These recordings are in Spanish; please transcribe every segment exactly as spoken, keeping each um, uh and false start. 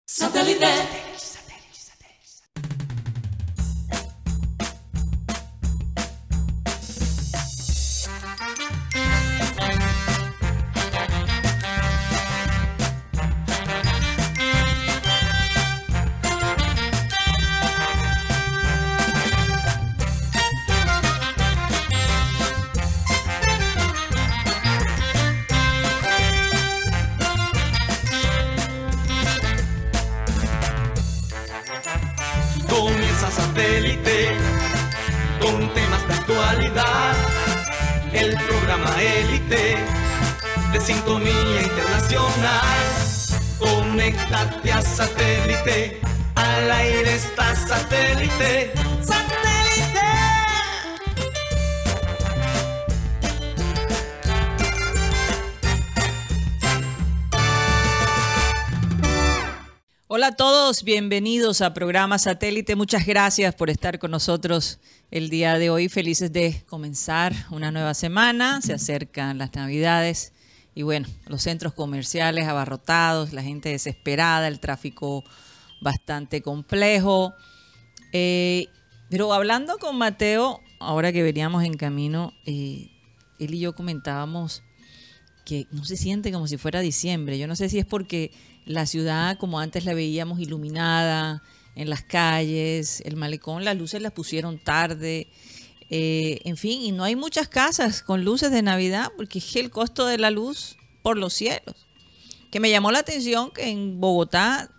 Satellite. Satélite, con temas de actualidad, el programa élite de sintonía internacional. Conéctate a Satélite, al aire está Satélite. ¡Satélite! Hola a todos, bienvenidos a Programa Satélite. Muchas gracias por estar con nosotros el día de hoy. Felices de comenzar una nueva semana. Se acercan las Navidades y bueno, los centros comerciales abarrotados, la gente desesperada, el tráfico bastante complejo. Eh, pero hablando con Mateo, ahora que veníamos en camino, eh, él y yo comentábamos que no se siente como si fuera diciembre. Yo no sé si es porque la ciudad, como antes la veíamos iluminada en las calles, el malecón, las luces las pusieron tarde, eh, en fin, y no hay muchas casas con luces de Navidad porque es el costo de la luz por los cielos. Que me llamó la atención que en Bogotá,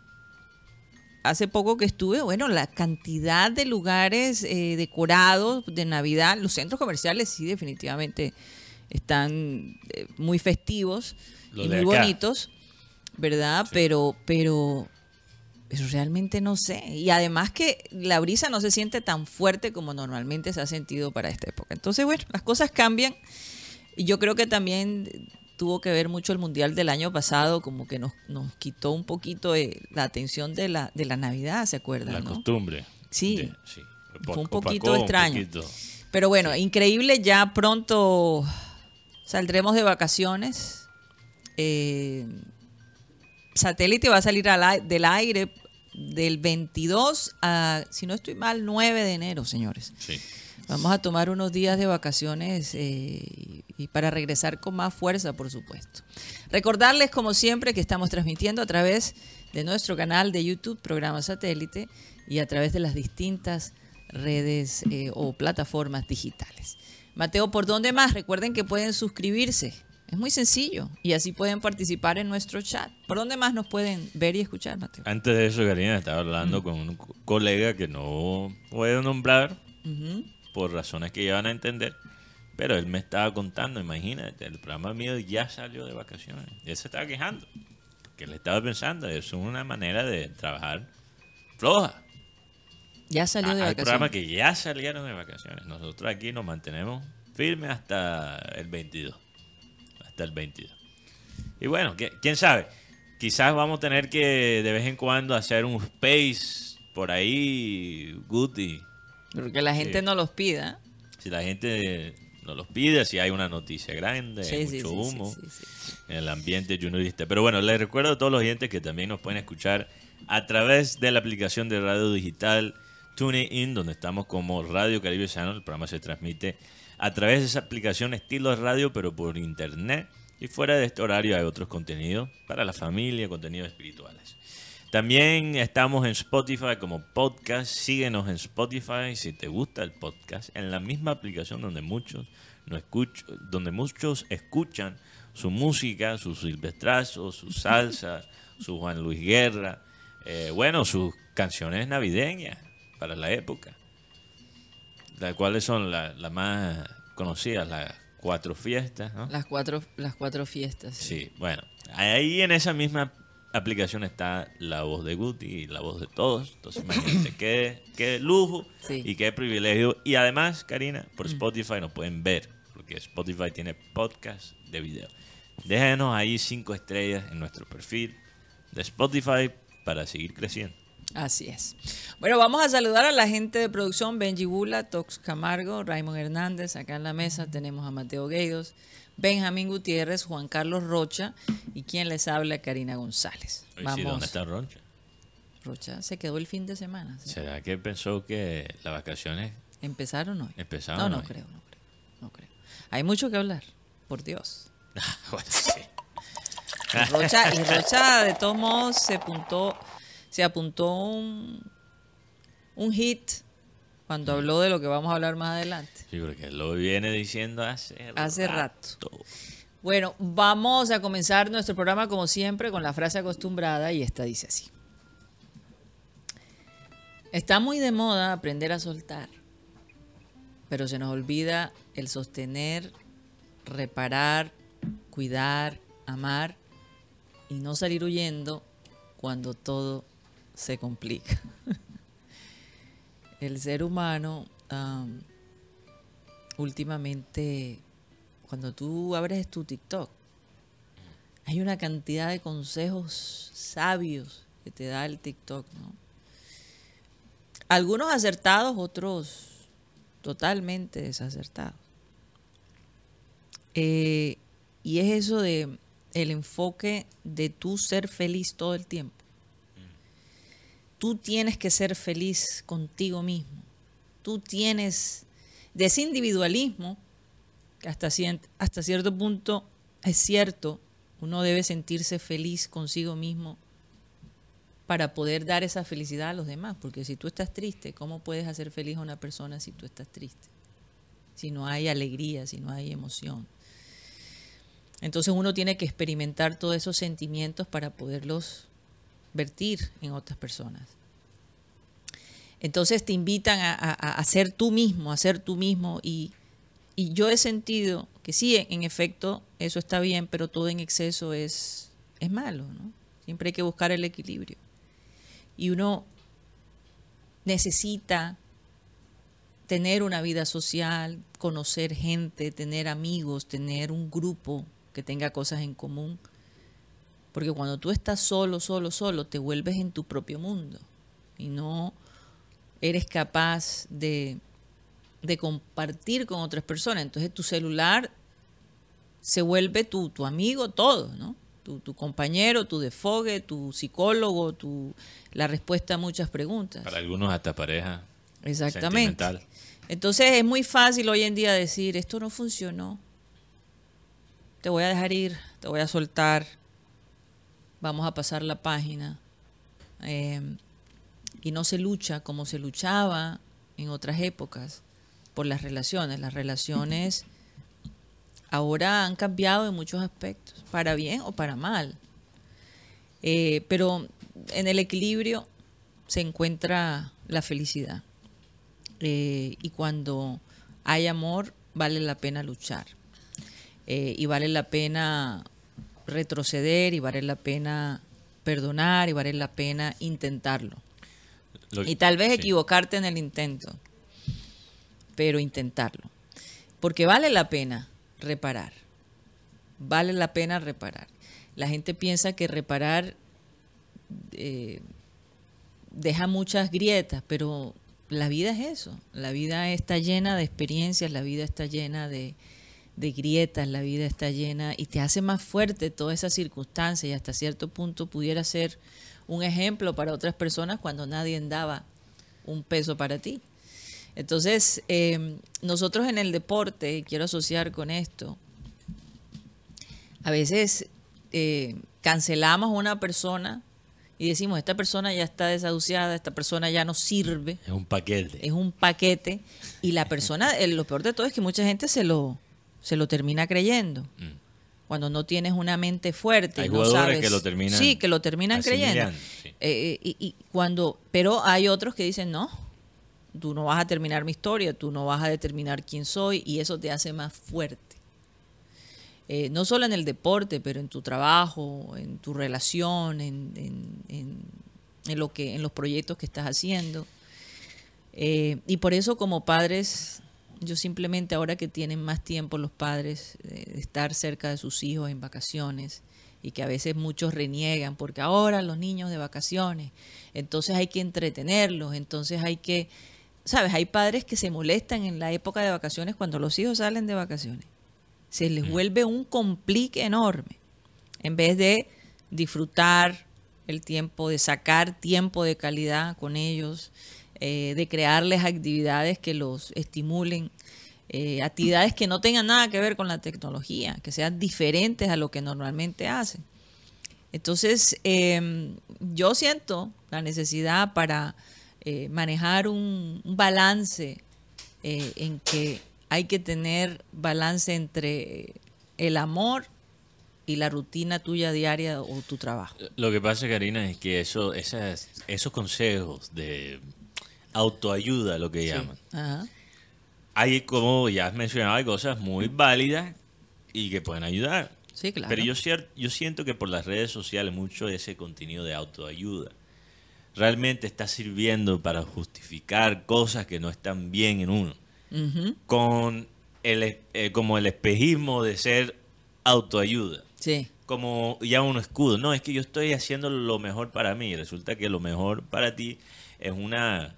hace poco que estuve, bueno, la cantidad de lugares eh, decorados de Navidad, los centros comerciales sí definitivamente están eh, muy festivos Lo y de muy acá. bonitos, ¿verdad? Sí. Pero, pero, pero realmente no sé. Y además que la brisa no se siente tan fuerte como normalmente se ha sentido para esta época. Entonces, bueno, las cosas cambian. Y yo creo que también tuvo que ver mucho el Mundial del año pasado, como que nos, nos quitó un poquito eh, la atención de la, de la Navidad, ¿se acuerdan? La ¿no? costumbre. Sí, De, sí. fue un Opacó poquito un extraño. poquito. Pero bueno, Sí. Increíble, ya pronto saldremos de vacaciones. Eh, Satélite va a salir al a- del aire del veintidós a, si no estoy mal, nueve de enero, señores. Sí. Vamos a tomar unos días de vacaciones eh, y, y para regresar con más fuerza, por supuesto. Recordarles, como siempre, que estamos transmitiendo a través de nuestro canal de YouTube, Programa Satélite, y a través de las distintas redes eh, o plataformas digitales. Mateo, ¿por dónde más? Recuerden que pueden suscribirse. Es muy sencillo y así pueden participar en nuestro chat. ¿Por dónde más nos pueden ver y escuchar, Mateo? Antes de eso, Karina, estaba hablando mm. con un co- colega que no puedo nombrar uh-huh. por razones que ya van a entender, pero él me estaba contando, imagínate, el programa mío ya salió de vacaciones. Y él se estaba quejando, que él estaba pensando, eso es una manera de trabajar floja. Ya salió de Hay vacaciones. Hay programas que ya salieron de vacaciones. Nosotros aquí nos mantenemos firmes hasta el veintidós. Hasta el veintidós. Y bueno, quién sabe. Quizás vamos a tener que de vez en cuando hacer un space por ahí, Guti. Porque la gente sí. no los pida. Si la gente nos los pide, si hay una noticia grande, sí, hay sí, mucho sí, humo sí, sí, sí. en el ambiente juniorista. Pero bueno, les recuerdo a todos los oyentes que también nos pueden escuchar a través de la aplicación de radio digital TuneIn, donde estamos como Radio Caribe Channel. El programa se transmite a través de esa aplicación estilo radio, pero por internet. Y fuera de este horario hay otros contenidos para la familia, contenidos espirituales. También estamos en Spotify como podcast. Síguenos en Spotify si te gusta el podcast, en la misma aplicación donde muchos, no escuch- donde muchos escuchan su música, sus silvestrazos, su salsa, su Juan Luis Guerra, eh, bueno, sus canciones navideñas para la época. Las cuales son las la más conocidas, las cuatro fiestas, ¿no? Las cuatro, las cuatro fiestas. Sí. sí, bueno, ahí en esa misma aplicación está la voz de Guti y la voz de todos. Entonces imagínate qué, qué lujo sí. y qué privilegio. Y además, Karina, por Spotify nos pueden ver, porque Spotify tiene podcast de video. Déjenos ahí cinco estrellas en nuestro perfil de Spotify para seguir creciendo. Así es. Bueno, vamos a saludar a la gente de producción: Benji Bula, Tox Camargo, Raymond Hernández. Acá en la mesa tenemos a Mateo Gueidos, Benjamín Gutiérrez, Juan Carlos Rocha y quien les habla, Karina González. Vamos. Sí, ¿dónde está Rocha? Rocha se quedó el fin de semana. ¿Sí? ¿Será que pensó que las vacaciones ¿Empezaron hoy? empezaron No, no hoy? creo, no creo, no creo. Hay mucho que hablar, por Dios. Bueno, sí. Y Rocha, y Rocha de todos modos se apuntó, se apuntó un, un hit cuando habló de lo que vamos a hablar más adelante. Sí, porque lo viene diciendo hace, Hace rato. Bueno, vamos a comenzar nuestro programa como siempre con la frase acostumbrada y esta dice así. Está muy de moda aprender a soltar, pero se nos olvida el sostener, reparar, cuidar, amar y no salir huyendo cuando todo se complica. El ser humano, um, últimamente, cuando tú abres tu TikTok, hay una cantidad de consejos sabios que te da el TikTok, ¿no? Algunos acertados, otros totalmente desacertados. Eh, y es eso de el enfoque de tú ser feliz todo el tiempo. Tú tienes que ser feliz contigo mismo. Tú tienes de ese individualismo que hasta, hasta cierto punto es cierto, uno debe sentirse feliz consigo mismo para poder dar esa felicidad a los demás, porque si tú estás triste, ¿cómo puedes hacer feliz a una persona si tú estás triste? Si no hay alegría, si no hay emoción. Entonces uno tiene que experimentar todos esos sentimientos para poderlos vertir en otras personas. Entonces te invitan a, a, a ser tú mismo, a ser tú mismo y, y yo he sentido que sí, en efecto, eso está bien, pero todo en exceso es, es malo, ¿no? Siempre hay que buscar el equilibrio. Y uno necesita tener una vida social, conocer gente, tener amigos, tener un grupo que tenga cosas en común. Porque cuando tú estás solo, solo, solo, te vuelves en tu propio mundo y no eres capaz de, de compartir con otras personas. Entonces tu celular se vuelve tu, tu amigo, todo, ¿no? Tu, tu compañero, tu desfogue, tu psicólogo, tu, la respuesta a muchas preguntas. Para algunos hasta pareja. Exactamente. Sentimental. Entonces es muy fácil hoy en día decir, esto no funcionó, te voy a dejar ir, te voy a soltar, vamos a pasar la página. Eh, y no se lucha como se luchaba en otras épocas por las relaciones. Las relaciones ahora han cambiado en muchos aspectos, para bien o para mal. Eh, pero en el equilibrio se encuentra la felicidad. Eh, y cuando hay amor, vale la pena luchar. Eh, y vale la pena retroceder, y vale la pena perdonar, y vale la pena intentarlo. Lo, y tal vez sí. equivocarte en el intento, pero intentarlo. Porque vale la pena reparar. Vale la pena reparar. La gente piensa que reparar eh, deja muchas grietas, pero la vida es eso. La vida está llena de experiencias, la vida está llena de, de grietas, la vida está llena y te hace más fuerte todas esas circunstancias y hasta cierto punto pudiera ser un ejemplo para otras personas cuando nadie daba un peso para ti. Entonces, eh, nosotros en el deporte, quiero asociar con esto, a veces eh, cancelamos a una persona y decimos, esta persona ya está desahuciada, esta persona ya no sirve. Es un paquete. Es un paquete. Y la persona, eh, lo peor de todo es que mucha gente se lo, se lo termina creyendo. Mm. Cuando no tienes una mente fuerte. Hay no jugadores sabes, que lo terminan. Sí, que lo terminan creyendo. Sí. Eh, y, y cuando, pero hay otros que dicen, no, tú no vas a terminar mi historia, tú no vas a determinar quién soy, y eso te hace más fuerte. Eh, no solo en el deporte, pero en tu trabajo, en tu relación, en, en, en, en, lo que, en los proyectos que estás haciendo. Eh, y por eso como padres, yo simplemente ahora que tienen más tiempo los padres eh, de estar cerca de sus hijos en vacaciones, y que a veces muchos reniegan porque ahora los niños de vacaciones, entonces hay que entretenerlos, entonces hay que, ¿sabes? Hay padres que se molestan en la época de vacaciones cuando los hijos salen de vacaciones. Se les vuelve un complique enorme en vez de disfrutar el tiempo, de sacar tiempo de calidad con ellos, eh, de crearles actividades que los estimulen, eh, actividades que no tengan nada que ver con la tecnología, que sean diferentes a lo que normalmente hacen. Entonces, eh, yo siento la necesidad para eh, manejar un, un balance eh, en que hay que tener balance entre el amor y la rutina tuya diaria o tu trabajo. Lo que pasa, Karina, es que eso, esas, esos consejos de autoayuda, lo que Sí. llaman, Ajá. hay, como ya has mencionado, hay cosas muy válidas y que pueden ayudar. Sí, claro. Pero yo, cier- yo siento que por las redes sociales mucho de ese contenido de autoayuda realmente está sirviendo para justificar cosas que no están bien en uno. Ujú. Con el, es- eh, como el espejismo de ser autoayuda. Sí. Como ya un escudo. No, es que yo estoy haciendo lo mejor para mí. Resulta que lo mejor para ti es una...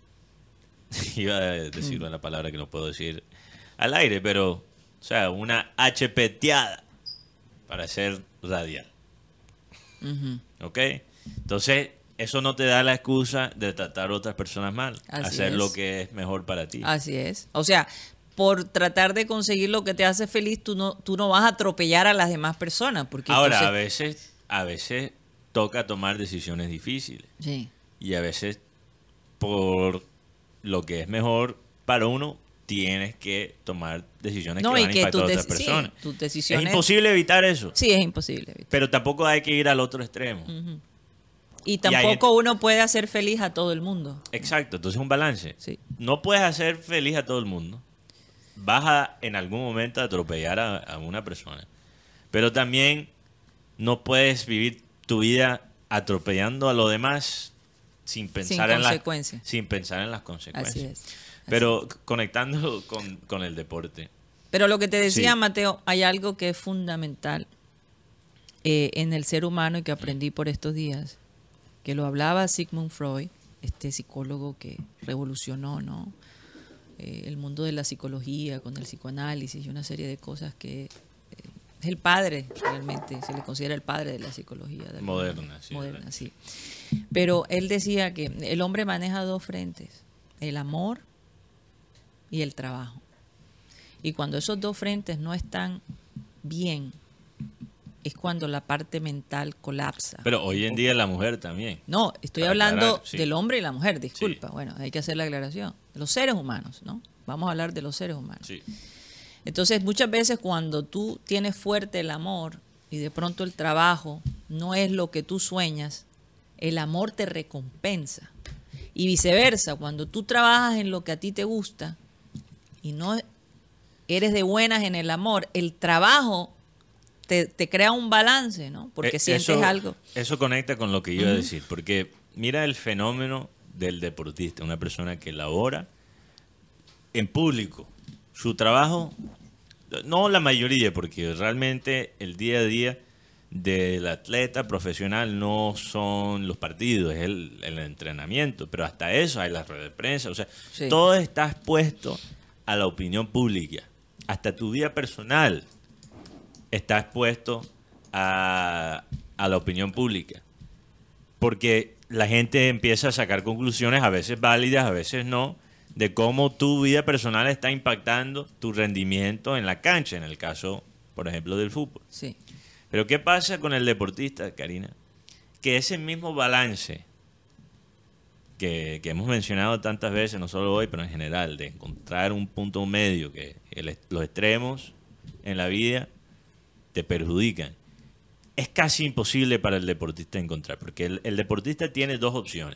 Iba a decir una palabra que no puedo decir al aire, pero, o sea, una HPteada para ser radial. Ujú. ¿Ok? Entonces, eso no te da la excusa de tratar a otras personas mal. Así hacer es. lo que es mejor para ti. Así es. O sea, por tratar de conseguir lo que te hace feliz, tú no, tú no vas a atropellar a las demás personas. Porque Ahora, a entonces- veces, a veces toca tomar decisiones difíciles. Sí. Y a veces, por lo que es mejor para uno, tienes que tomar decisiones No, que y van a que impactar a tus otras deci- sí, personas. tus Es decisiones... imposible evitar eso. Sí, es imposible. Pero tampoco hay que ir al otro extremo. Y Y tampoco ahí- uno puede hacer feliz a todo el mundo. Exacto, entonces es un balance. Sí. No puedes hacer feliz a todo el mundo. Vas a en algún momento a atropellar a, a una persona. Pero también no puedes vivir tu vida atropellando a los demás sin pensar, en, las, consecuencias. sin pensar en las consecuencias. Así es. Así Pero conectando con, con el deporte. Pero lo que te decía, Sí. Mateo, hay algo que es fundamental eh, en el ser humano y que aprendí por estos días, que lo hablaba Sigmund Freud, este psicólogo que revolucionó, ¿no? Eh, el mundo de la psicología con el psicoanálisis y una serie de cosas que eh, es el padre, realmente, se le considera el padre de la psicología. de alguna Moderna, manera. sí, Moderna, ¿verdad? sí. Pero él decía que el hombre maneja dos frentes, el amor y el trabajo. Y cuando esos dos frentes no están bien, es cuando la parte mental colapsa. Pero hoy en día la mujer también. No, estoy Para hablando aclarar, sí. del hombre y la mujer, disculpa. Sí. Bueno, hay que hacer la aclaración. De los seres humanos, ¿no? Vamos a hablar de los seres humanos. Sí. Entonces, muchas veces cuando tú tienes fuerte el amor y de pronto el trabajo no es lo que tú sueñas, el amor te recompensa. Y viceversa, cuando tú trabajas en lo que a ti te gusta y no eres de buenas en el amor, el trabajo te, te crea un balance, ¿no? Porque Eh, sientes eso, algo. Eso conecta con lo que iba a decir, porque mira el fenómeno del deportista, una persona que labora en público. Su trabajo, no la mayoría, porque realmente el día a día del atleta profesional no son los partidos, es el, el entrenamiento, pero hasta eso hay las redes de prensa, o sea, Sí. todo está expuesto a la opinión pública, hasta tu vida personal está expuesto a, a la opinión pública. Porque la gente empieza a sacar conclusiones, a veces válidas, a veces no, de cómo tu vida personal está impactando tu rendimiento en la cancha, en el caso, por ejemplo, del fútbol. Sí. Pero ¿qué pasa con el deportista, Karina? Que ese mismo balance que, que hemos mencionado tantas veces, no solo hoy, pero en general, de encontrar un punto medio, que el- los extremos en la vida te perjudican, es casi imposible para el deportista encontrar, porque el, el deportista tiene dos opciones.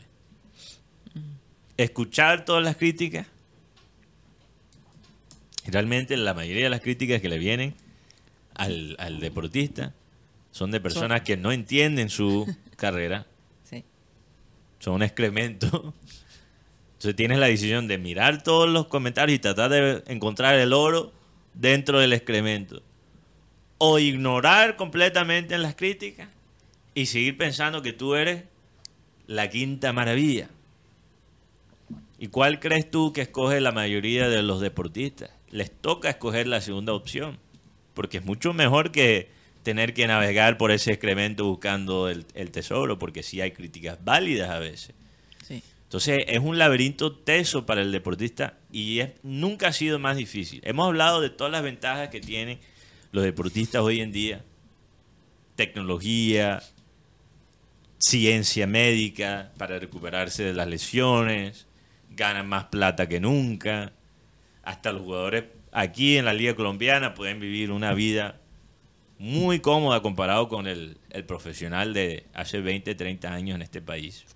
Escuchar todas las críticas, y realmente la mayoría de las críticas que le vienen al, al deportista son de personas que no entienden su carrera, Sí. son un excremento. Entonces tienes la decisión de mirar todos los comentarios y tratar de encontrar el oro dentro del excremento. O ignorar completamente las críticas y seguir pensando que tú eres la quinta maravilla. ¿Y cuál crees tú que escoge la mayoría de los deportistas? Les toca escoger la segunda opción, porque es mucho mejor que tener que navegar por ese excremento buscando el, el tesoro, porque sí hay críticas válidas a veces. Sí. Entonces es un laberinto teso para el deportista y es, nunca ha sido más difícil. Hemos hablado de todas las ventajas que tienen los deportistas hoy en día. Tecnología, ciencia médica para recuperarse de las lesiones, ganan más plata que nunca. Hasta los jugadores aquí en la Liga Colombiana pueden vivir una vida muy cómoda comparado con el, el profesional de hace veinte, treinta años en este país.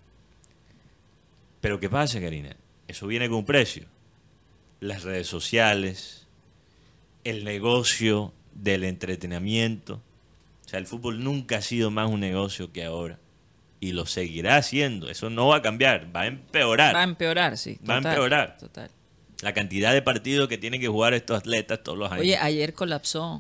Pero ¿qué pasa, Karina? Eso viene con un precio. Las redes sociales, el negocio del entretenimiento. O sea, el fútbol nunca ha sido más un negocio que ahora. Y lo seguirá haciendo. Eso no va a cambiar, va a empeorar. Va a empeorar, sí. Va a total, empeorar. Total. La cantidad de partidos que tienen que jugar estos atletas todos los años. Oye, ayer colapsó.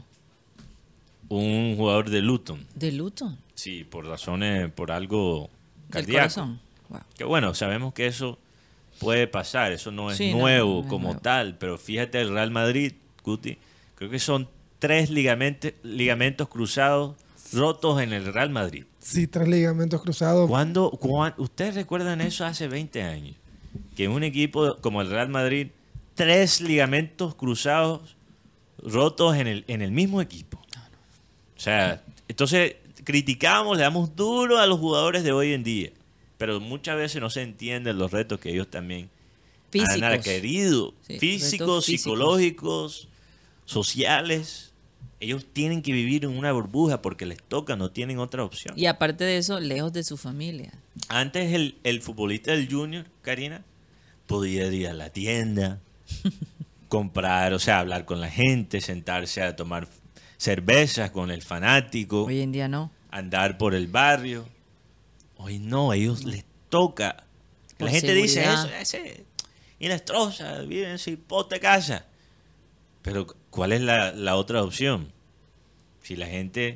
Un jugador de Luton. ¿De Luton? Sí, por razones, por algo ¿Del cardíaco. corazón? Wow. Que bueno, sabemos que eso puede pasar, eso no es Sí, no, nuevo no es como nuevo. tal, pero fíjate el Real Madrid, Guti, creo que son tres ligamentos, ligamentos cruzados rotos en el Real Madrid. Sí, tres ligamentos cruzados. ¿Cuándo, cuán- ¿Ustedes recuerdan eso hace veinte años? Que en un equipo como el Real Madrid, tres ligamentos cruzados rotos en el, en el mismo equipo. O sea, entonces criticamos, le damos duro a los jugadores de hoy en día, pero muchas veces no se entienden los retos que ellos también Físicos. han adquirido. Sí, Físicos, retos físicos. psicológicos, sociales. Ellos tienen que vivir en una burbuja porque les toca, no tienen otra opción. Y aparte de eso, lejos de su familia. Antes el, el futbolista del Junior, Karina, podía ir a la tienda, comprar, o sea, hablar con la gente, sentarse a tomar cervezas con el fanático, Hoy en día no. andar por el barrio. Hoy no, a ellos les toca. Por La gente dice seguridad. eso, ese Inestrosa, vive en su hipote casa. Pero ¿cuál es la, la otra opción? Si la gente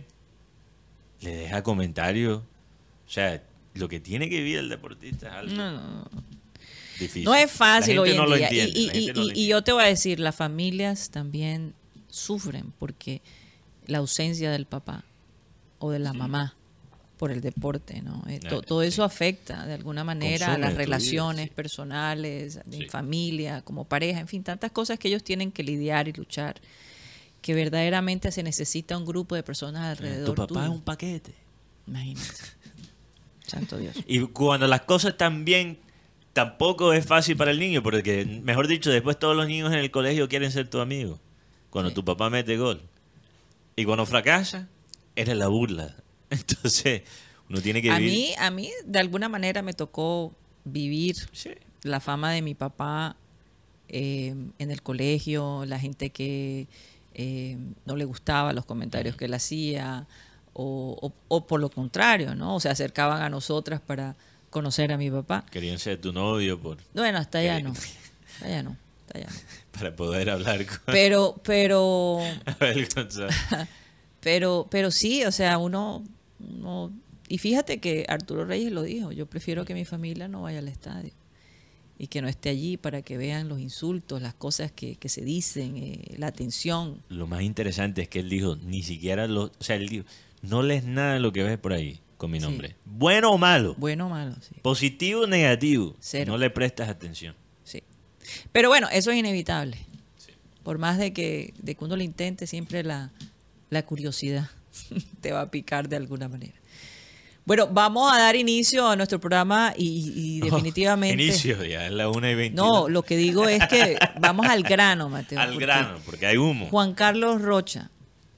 le deja comentarios, o sea, lo que tiene que vivir el deportista es algo No, no, no. difícil. No es fácil La hoy gente en no lo día. entiende, y, la y- gente no y- lo y entiende. yo te voy a decir, las familias también sufren porque la ausencia del papá o de la mamá por el deporte, ¿no? Eh, to- Claro, todo eso sí. afecta de alguna manera a Consume las tu vida, relaciones sí. personales, de Sí. familia, como pareja, en fin, tantas cosas que ellos tienen que lidiar y luchar, que verdaderamente se necesita un grupo de personas alrededor Tu papá tuyo. es un paquete. Imagínate. Santo Dios. Y cuando las cosas están bien, tampoco es fácil para el niño, porque, mejor dicho, después todos los niños en el colegio quieren ser tu amigo. Cuando Sí. tu papá mete gol. Y cuando fracasa, eres la burla. Entonces, uno tiene que A vivir. mí, a mí, de alguna manera me tocó vivir Sí. la fama de mi papá eh, en el colegio, la gente que eh, no le gustaba los comentarios que él hacía, o, o- o por lo contrario, ¿no? O se acercaban a nosotras para conocer a mi papá. Querían ser tu novio por, Bueno, hasta allá Qué no, lindo. hasta allá no, hasta allá no. para poder hablar con Pero, pero, Abel González. pero, pero sí, o sea, uno, uno, y fíjate que Arturo Reyes lo dijo, yo prefiero que mi familia no vaya al estadio y que no esté allí para que vean los insultos, las cosas que, que se dicen, eh, la atención. Lo más interesante es que él dijo, ni siquiera lo, o sea, él dijo, no lees nada de lo que ves por ahí con mi Sí. nombre. Bueno o malo, Bueno o malo, sí. positivo o negativo, Cero. no le prestas atención. sí. Pero bueno, eso es inevitable. Sí. Por más de que, de que uno lo intente, siempre la, la curiosidad te va a picar de alguna manera. Bueno, vamos a dar inicio a nuestro programa y, y definitivamente... Inicio, ya es la una y veintidós. No, lo que digo es que vamos al grano, Mateo. Al porque grano, porque hay humo. Juan Carlos Rocha,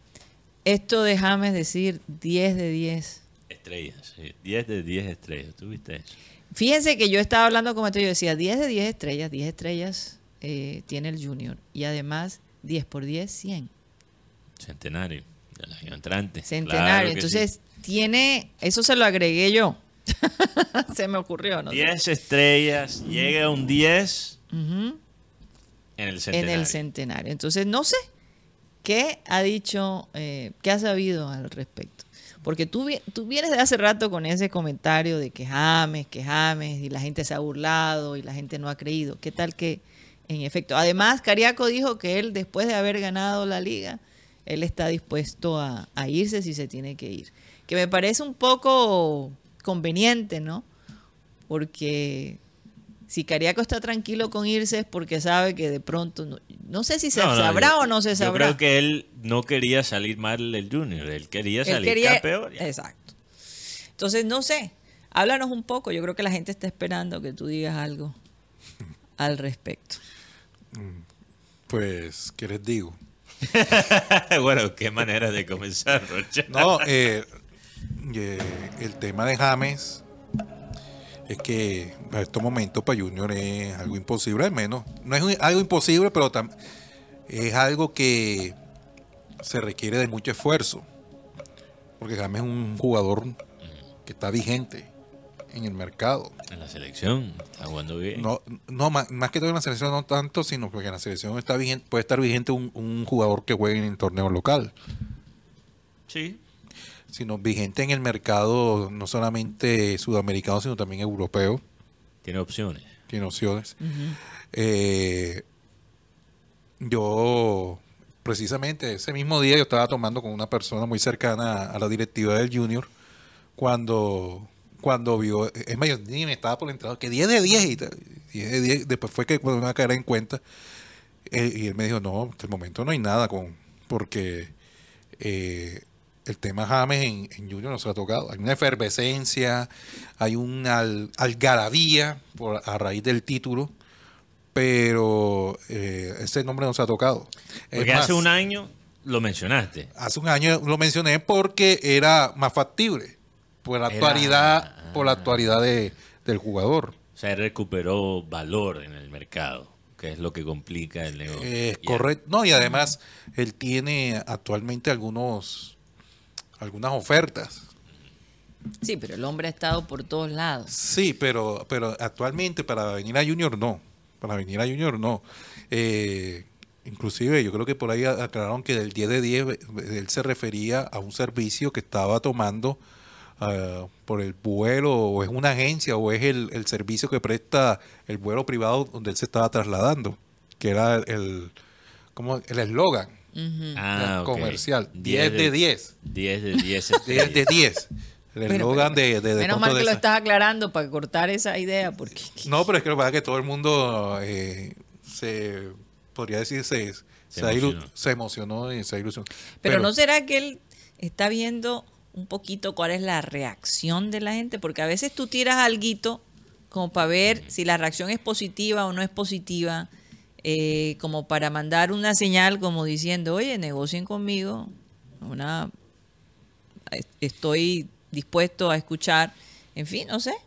esto déjame decir diez de diez. Estrellas, sí. diez de diez estrellas. ¿Tú viste eso? Fíjense que yo estaba hablando con Mateo y yo decía diez de diez estrellas, diez estrellas eh, tiene el Junior y además diez por diez, cien. Centenario, del año entrante. Centenario. Claro que Entonces sí. tiene, eso se lo agregué yo. Se me ocurrió, ¿no? diez estrellas, llega a un diez Ujú. en el En centenario. el centenario. Entonces, no sé qué ha dicho, eh, qué ha sabido al respecto. Porque tú, vi- tú vienes de hace rato con ese comentario de que James, que James, y la gente se ha burlado y la gente no ha creído. ¿Qué tal que, en efecto? Además, Cariaco dijo que él, después de haber ganado la liga, él está dispuesto a, a irse si se tiene que ir. Que me parece un poco conveniente, ¿no? Porque si Cariaco está tranquilo con irse es porque sabe que de pronto, no, no sé si se No, no, sabrá yo- o no se sabrá. Yo creo que él no quería salir mal el Junior, él quería Él salir quería- campeón. ya. Exacto. Entonces, no sé, háblanos un poco. Yo creo que la gente está esperando que tú digas algo al respecto. Pues, ¿qué les digo? Bueno, qué manera de comenzar, Rocha. No, eh, eh, el tema de James es que en estos momentos para Junior es algo imposible, al menos. No es un- algo imposible, pero tam- es algo que se requiere de mucho esfuerzo. Porque James es un jugador que está vigente en el mercado. En la selección, está jugando bien. No, no más, más que todo en la selección no tanto, sino porque en la selección está vigente, puede estar vigente un, un jugador que juegue en el torneo local, Sí. sino vigente en el mercado no solamente sudamericano, sino también europeo. Tiene opciones. Tiene opciones. Eh, yo, precisamente ese mismo día, yo estaba tomando con una persona muy cercana a la directiva del Junior, cuando cuando vio, es más, yo ni me estaba por la entrada, que diez de diez, y tal, diez de diez, después fue que cuando me va a caer en cuenta, eh, y él me dijo, no, hasta el momento no hay nada, con porque eh, el tema James en, en Junior no se ha tocado. Hay una efervescencia, hay una al- algarabía por, a raíz del título, pero eh, ese nombre no se ha tocado. Es Porque más, hace un año lo mencionaste. hace un año lo mencioné porque era más factible por la Era- actualidad, por la actualidad de, del jugador. O sea, él recuperó valor en el mercado, que es lo que complica el negocio. Es Ya. correcto. No, y además él tiene actualmente algunos algunas ofertas. Sí, pero el hombre ha estado por todos lados. Sí, pero pero actualmente para venir a Junior no. Para venir a Junior no. Eh, inclusive yo creo que por ahí aclararon que del diez de diez él se refería a un servicio que estaba tomando ah, por el vuelo, o es una agencia, o es el, el servicio que presta el vuelo privado donde él se estaba trasladando, que era el como el eslogan Ah, ok. comercial. diez de diez. diez de diez. diez de diez. El Bueno, eslogan pero- de, de, de Menos pronto mal de que lo esa- estás aclarando para cortar esa idea, porque No, pero es que lo que pasa es que todo el mundo eh, se, podría decir, se, se, ha ilu- emocionó. se emocionó y se ilusionó. Pero, ¿no será que él está viendo un poquito cuál es la reacción de la gente? Porque a veces tú tiras alguito como para ver si la reacción es positiva o no es positiva, eh, como para mandar una señal como diciendo, oye, negocien conmigo, una estoy dispuesto a escuchar, en fin, no sé.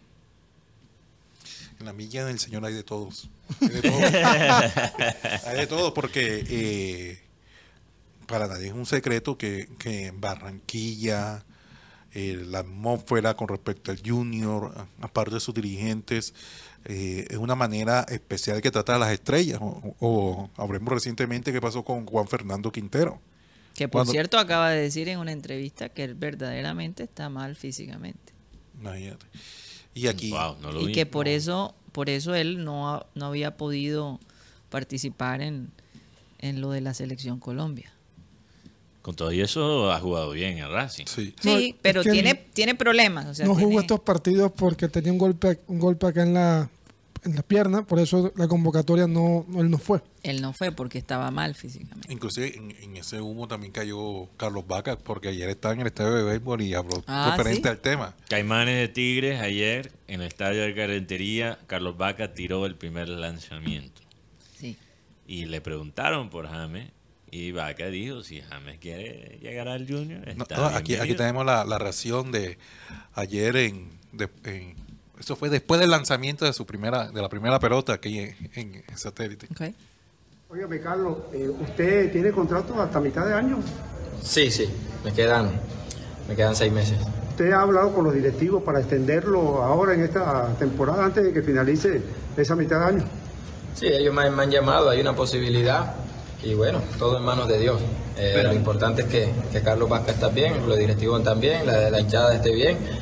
En la milla del Señor hay de todos. Hay de todos, hay de todos porque eh, para nadie es un secreto que, que en Barranquilla eh, la atmósfera con respecto al Junior, aparte de sus dirigentes, eh, es una manera especial que trata a las estrellas. O, o hablemos recientemente qué pasó con Juan Fernando Quintero. Que por Cuando- cierto acaba de decir en una entrevista que él verdaderamente está mal físicamente. Imagínate. Y aquí, Wow, no lo Y vi. que por eso, por eso él no, ha- no había podido participar en, en lo de la selección Colombia. Con todo y eso ha jugado bien en Racing. sí. Sí, No, es pero que tiene, él tiene problemas. O sea, no jugó tiene- estos partidos porque tenía un golpe, un golpe acá en la, en la pierna, por eso la convocatoria no, no- él no fue. Él no fue porque estaba mal físicamente. Inclusive en, en ese humo también cayó Carlos Vaca, porque ayer estaba en el estadio de béisbol y habló Ah, referente ¿sí? al tema. Caimanes de Tigres, ayer en el estadio de Carretería, Carlos Vaca tiró el primer lanzamiento. Sí. Y le preguntaron por James. Y Vaca dijo, si James quiere llegar al Junior, No, está no, aquí, aquí bienvenido. tenemos la, la reacción de ayer en, de- en- eso fue después del lanzamiento de su primera de la primera pelota aquí en, en, en satélite. Okay. Óigame, Carlos, eh, ¿usted tiene contrato hasta mitad de año? Sí, sí, me quedan, me quedan seis meses. ¿Usted ha hablado con los directivos para extenderlo ahora en esta temporada antes de que finalice esa mitad de año? Sí, ellos me, me han llamado, hay una posibilidad y bueno, todo en manos de Dios. Eh, lo importante es que, que Carlos Vázquez está bien, los directivos también, la, la hinchada esté bien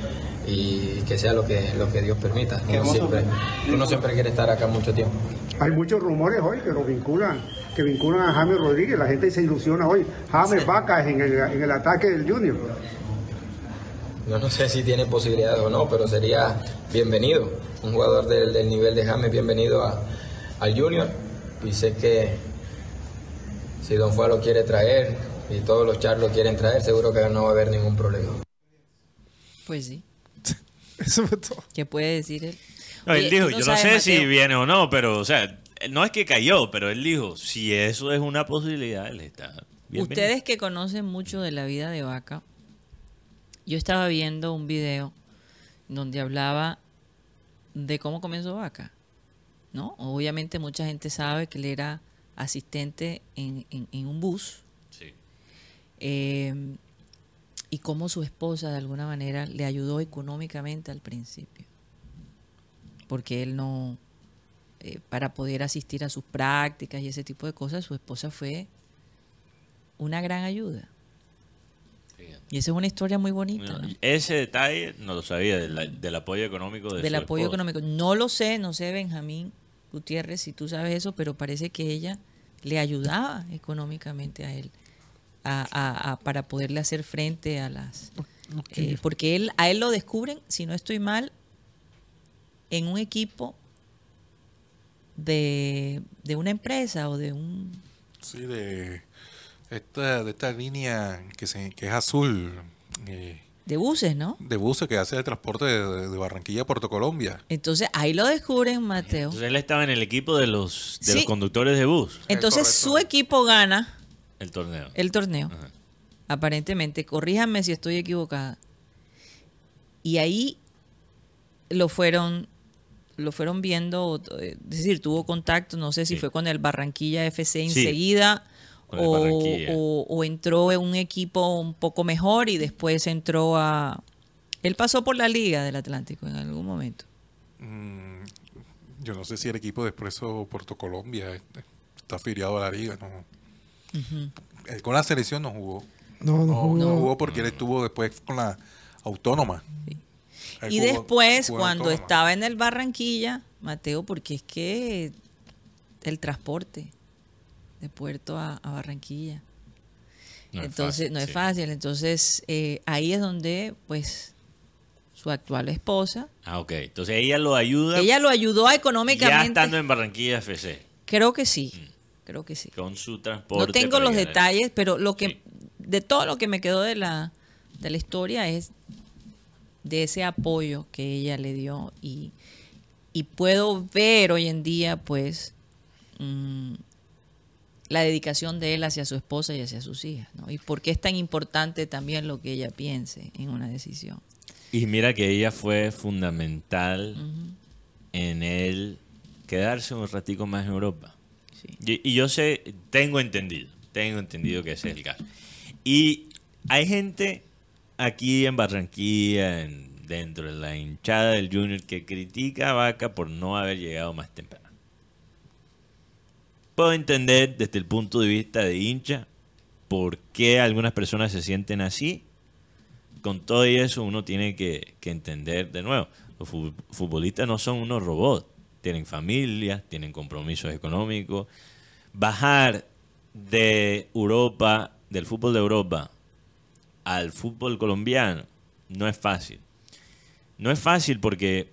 y que sea lo que, lo que Dios permita. Uno siempre, uno siempre quiere estar acá mucho tiempo. Hay muchos rumores hoy que lo vinculan, que vinculan a James Rodríguez. La gente se ilusiona hoy. James sí. Vacas en el, en el ataque del Junior. Yo no sé si tiene posibilidades o no, pero sería bienvenido. Un jugador del, del nivel de James, bienvenido a, al Junior. Y sé que si Don Fuá lo quiere traer y todos los Char lo quieren traer, seguro que no va a haber ningún problema. Pues sí. Eso fue todo. ¿Qué puede decir él? No, Oye, él dijo, no yo no sabes, sé Mateo, si viene o no, pero, o sea, no es que cayó, pero él dijo, si eso es una posibilidad, él está bienvenido. Ustedes que conocen mucho de la vida de Vaca, yo estaba viendo un video donde hablaba de cómo comenzó Vaca, ¿no? Obviamente mucha gente sabe que él era asistente en, en, en un bus. Sí. Eh, y cómo su esposa de alguna manera le ayudó económicamente al principio. Porque él no, eh, para poder asistir a sus prácticas y ese tipo de cosas, su esposa fue una gran ayuda. Y esa es una historia muy bonita, No, ¿no? ese detalle no lo sabía, del, del apoyo económico de Del su apoyo esposa. económico. No lo sé, no sé, Benjamín Gutiérrez, si tú sabes eso, pero parece que ella le ayudaba económicamente a él a, a, a, para poderle hacer frente a las... Okay. Eh, porque él a él lo descubren, si no estoy mal, en un equipo de, de una empresa o de un... Sí, de esta, de esta línea que, se, que es azul, eh, de buses, ¿no? de buses que hace de transporte de, de Barranquilla a Puerto Colombia. Entonces ahí lo descubren, Mateo. Entonces él estaba en el equipo de los, de Sí. los conductores de bus, Entonces correcto. su equipo gana el torneo. el torneo. Ajá. Aparentemente, corríjanme si estoy equivocada. Y ahí lo fueron lo fueron viendo, es decir, tuvo contacto, no sé si Sí. fue con el Barranquilla F C Sí, enseguida con el o, Barranquilla. o, o entró en un equipo un poco mejor y después entró a... Él pasó por la Liga del Atlántico en algún momento. Mm, yo no sé si el equipo de Expreso Puerto Colombia este, está afiliado a la liga. No. Ujú. Él con la selección no jugó. No, no No, jugó. no jugó porque él estuvo después con la autónoma. Sí. Él Y jugó- después, jugó en cuando Autónoma. estaba en el Barranquilla, Mateo, porque es que el transporte de Puerto a, a Barranquilla. No es Entonces, fácil, no es sí. fácil. Entonces, eh, ahí es donde, pues, su actual esposa, Ah, ok. Entonces ella lo ayuda ella lo ayudó ya económicamente. estando en Barranquilla F C, Creo que sí, creo que sí. con su transporte. No tengo para los llegar. detalles, pero lo que Sí. de todo lo que me quedó de la de la historia es de ese apoyo que ella le dio y, y puedo ver hoy en día pues mm, la dedicación de él hacia su esposa y hacia sus hijas, ¿no? Y por qué es tan importante también lo que ella piense en una decisión. Y mira que ella fue fundamental Ujú. en él quedarse un ratico más en Europa. Sí. Y, y yo sé, tengo entendido, tengo entendido que ese es el caso. Y hay gente aquí en Barranquilla, en- dentro de la hinchada del Junior, que critica a Vaca por no haber llegado más temprano. Puedo entender desde el punto de vista de hincha por qué algunas personas se sienten así. Con todo y eso uno tiene que, que entender de nuevo, los fu- futbolistas no son unos robots, tienen familia, tienen compromisos económicos. Bajar de Europa, del fútbol de Europa, al fútbol colombiano no es fácil. No es fácil porque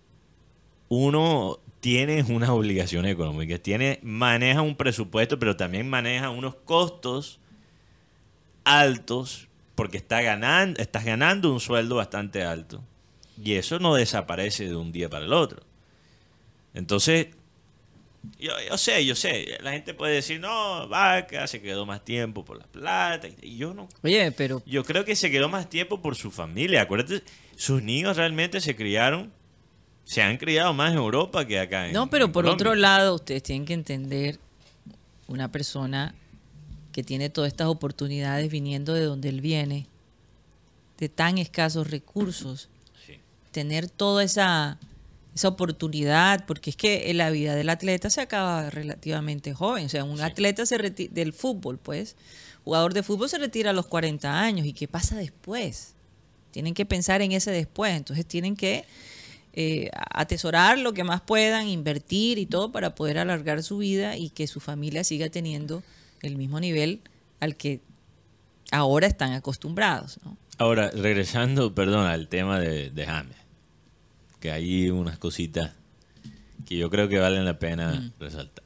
uno tiene unas obligaciones económicas, tiene, maneja un presupuesto, pero también maneja unos costos altos porque está ganando, estás ganando un sueldo bastante alto y eso no desaparece de un día para el otro. Entonces, yo, yo sé, yo sé, la gente puede decir, no, Vaca se quedó más tiempo por la plata, y yo no. Oye, pero Yo creo que se quedó más tiempo por su familia. Acuérdate, sus niños realmente se criaron, se han criado más en Europa que acá en no, pero en por Colombia. otro lado, ustedes tienen que entender una persona que tiene todas estas oportunidades viniendo de donde él viene, de tan escasos recursos, Sí. tener toda esa, esa oportunidad, porque es que en la vida del atleta se acaba relativamente joven. O sea, un Sí. atleta se reti- del fútbol, pues, jugador de fútbol se retira a los cuarenta años. ¿Y qué pasa después? Tienen que pensar en ese después. Entonces tienen que eh, atesorar lo que más puedan, invertir y todo para poder alargar su vida y que su familia siga teniendo el mismo nivel al que ahora están acostumbrados, ¿no? Ahora, regresando, perdón, al tema de, de James, que hay unas cositas que yo creo que valen la pena mm. resaltar.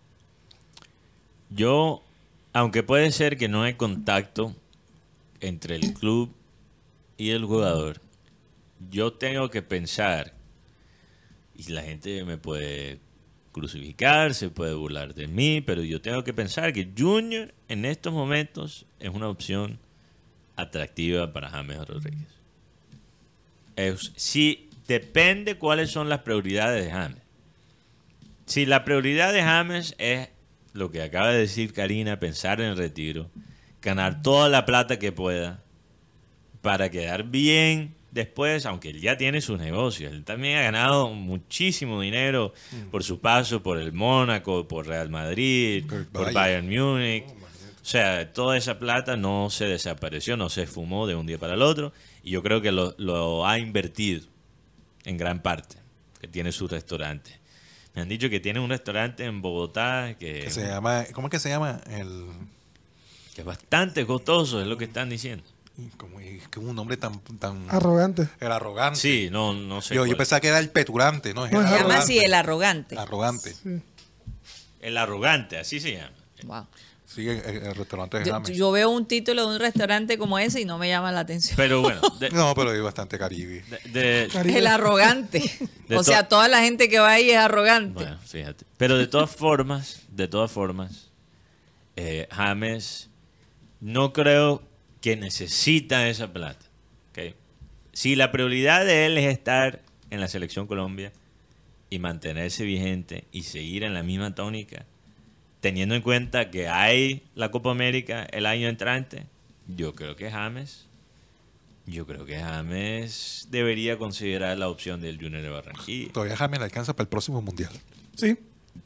Yo, aunque puede ser que no hay contacto entre el club y el jugador, yo tengo que pensar, y la gente me puede crucificar, se puede burlar de mí, pero yo tengo que pensar que Junior en estos momentos es una opción atractiva para James Rodríguez. Es, sí, depende cuáles son las prioridades de James. Si la prioridad de James es lo que acaba de decir Karina, pensar en el retiro, ganar toda la plata que pueda para quedar bien después, aunque él ya tiene sus negocios. Él también ha ganado muchísimo dinero mm. por su paso por el Mónaco, por Real Madrid, por, por Bayern Múnich. Oh, o sea, toda esa plata no se desapareció, no se esfumó de un día para el otro. Y yo creo que lo, lo ha invertido en gran parte, que tiene su restaurante. Me han dicho que tiene un restaurante en Bogotá que, que se llama, ¿cómo es que se llama? El... que es bastante costoso, es lo que están diciendo. Como es que un nombre tan, tan arrogante. El arrogante. Sí, no, no sé. Yo, yo pensaba que era el petulante, ¿no? Es no, el se arrogante. llama así, el arrogante. El arrogante. Sí. El arrogante, así se llama. Wow. Sí, el, el restaurante de yo, James. yo veo un título de un restaurante como ese y no me llama la atención. Pero bueno. De, no, pero es bastante Caribe. De, de, Caribe. El arrogante. De o sea, to- toda la gente que va ahí es arrogante. Bueno, fíjate. Pero de todas formas, de todas formas, eh, James no creo que necesita esa plata. ¿Okay? Si la prioridad de él es estar en la Selección Colombia y mantenerse vigente y seguir en la misma tónica, teniendo en cuenta que hay la Copa América el año entrante, yo creo que James, yo creo que James debería considerar la opción del Junior de Barranquilla. Todavía James le alcanza para el próximo mundial. Sí.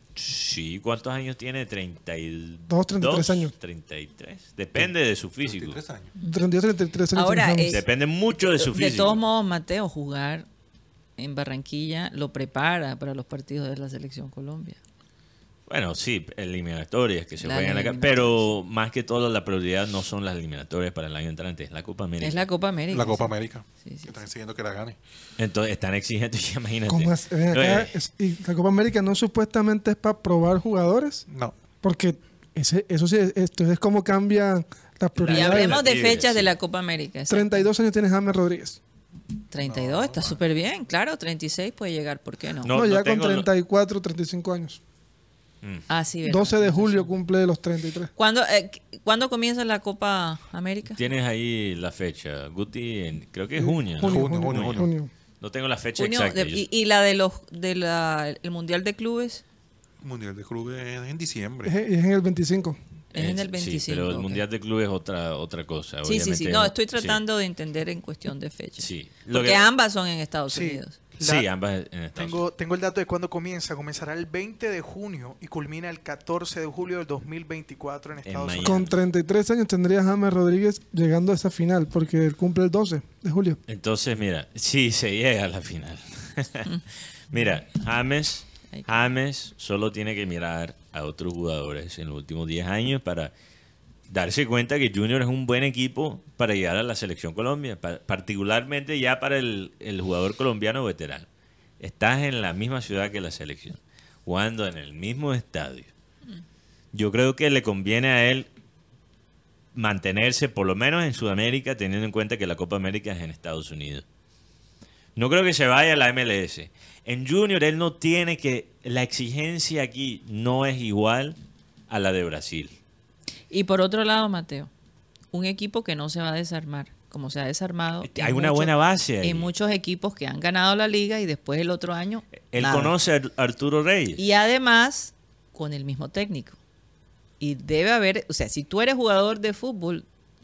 Sí, ¿cuántos años tiene? treinta y dos, treinta y tres años. treinta y tres. Depende de su físico. treinta y tres años. treinta y dos, treinta y tres años. Ahora, tiene eh, James. Depende mucho de su físico. De todos modos, Mateo, jugar en Barranquilla lo prepara para los partidos de la Selección Colombia. Bueno, sí, eliminatorias que se Las juegan acá, eliminatorias. pero más que todo la prioridad no son las eliminatorias para el año entrante, es la Copa América. Es la Copa América. La Copa sí. América. Sí, sí, que están sí. exigiendo que la gane. Entonces están exigiendo, ya imagínate. ¿Cómo es? Ven acá, Eh, es- y la Copa América no supuestamente es para probar jugadores, No. porque ese, eso sí, esto es como cambian las Y prioridades. hablemos de Tigres, fechas sí. de la Copa América. exacto. treinta y dos años tiene James Rodríguez. treinta y dos, está súper bien. Claro, treinta y seis puede llegar, ¿por qué no? No, No, ya con tengo lo- treinta y cuatro, treinta y cinco años. Ah, sí, ¿verdad? doce de julio cumple los treinta y tres. ¿Cuándo, eh, ¿Cuándo comienza la Copa América? Tienes ahí la fecha, Guti, en- creo que es junio, ¿no? Junio, Junio, junio, junio, junio. No tengo la fecha Junio, exacta. de- yo- y, y la de los de la el Mundial de Clubes Mundial de Clubes es en diciembre. Es, es en el veinticinco. es en el Sí, veinticinco. pero el ok. Mundial de Clubes es otra, otra cosa. Sí, sí, sí. obviamente. No, estoy Sí. tratando de entender en cuestión de fecha. Sí. Lo Porque que- ambas son en Estados Sí. Unidos. Sí, La- ambas en Estados Tengo, tengo el dato de cuándo comienza. Comenzará el veinte de junio y culmina el catorce de julio del dos mil veinticuatro en Estados Miami. Unidos. Con treinta y tres años tendría James Rodríguez llegando a esa final, porque él cumple el doce de julio. Entonces, mira, sí se llega a la final. Mira, James, James solo tiene que mirar a otros jugadores en los últimos diez años para darse cuenta que Junior es un buen equipo para llegar a la Selección Colombia, pa- particularmente ya para el, el jugador colombiano veterano. Estás en la misma ciudad que la selección, jugando en el mismo estadio. Yo creo que le conviene a él mantenerse, por lo menos en Sudamérica, teniendo en cuenta que la Copa América es en Estados Unidos. No creo que se vaya a la M L S. En Junior él no tiene que... La exigencia aquí no es igual a la de Brasil. Y por otro lado, Mateo, un equipo que no se va a desarmar, como se ha desarmado. en Hay una muchos- buena base ahí. En muchos equipos que han ganado la liga y después el otro año. Él nada. conoce a Ar- Arturo Reyes. Y además, con el mismo técnico. Y debe haber, o sea, si tú eres jugador de fútbol,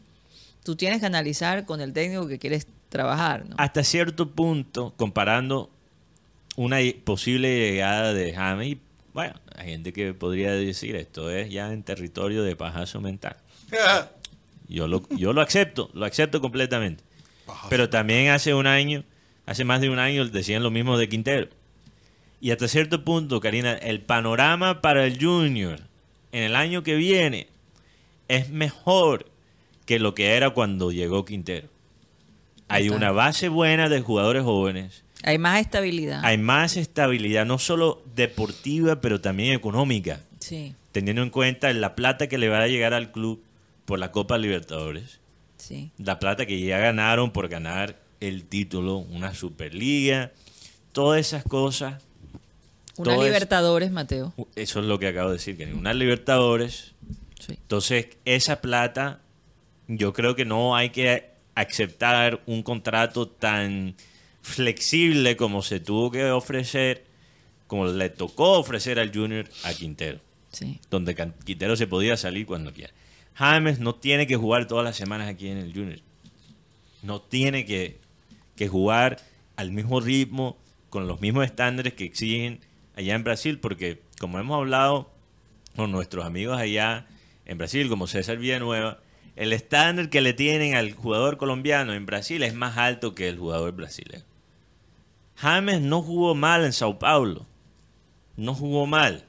tú tienes que analizar con el técnico que quieres trabajar, ¿no? Hasta cierto punto, comparando una i- posible llegada de James, y, bueno, hay gente que podría decir esto es ya en territorio de pajazo mental. Yo lo, yo lo acepto, lo acepto completamente. Pero también hace un año, hace más de un año decían lo mismo de Quintero. Y hasta cierto punto, Karina, el panorama para el Junior en el año que viene es mejor que lo que era cuando llegó Quintero. Hay una base buena de jugadores jóvenes. Hay más estabilidad. Hay más estabilidad, no solo deportiva, pero también económica. Sí. Teniendo en cuenta la plata que le va a llegar al club por la Copa Libertadores. Sí. La plata que ya ganaron por ganar el título, una Superliga, todas esas cosas. Una todo Libertadores, es, Mateo. Eso es lo que acabo de decir, que una Libertadores. Sí. Entonces, esa plata, yo creo que no hay que aceptar un contrato tan flexible como se tuvo que ofrecer, como le tocó ofrecer al Junior a Quintero. Sí. Donde Quintero se podía salir cuando quiera. James no tiene que jugar todas las semanas aquí en el Junior. No tiene que, que jugar al mismo ritmo, con los mismos estándares que exigen allá en Brasil, porque como hemos hablado con nuestros amigos allá en Brasil, como César Villanueva, el estándar que le tienen al jugador colombiano en Brasil es más alto que el jugador brasileño. James no jugó mal en Sao Paulo. No jugó mal.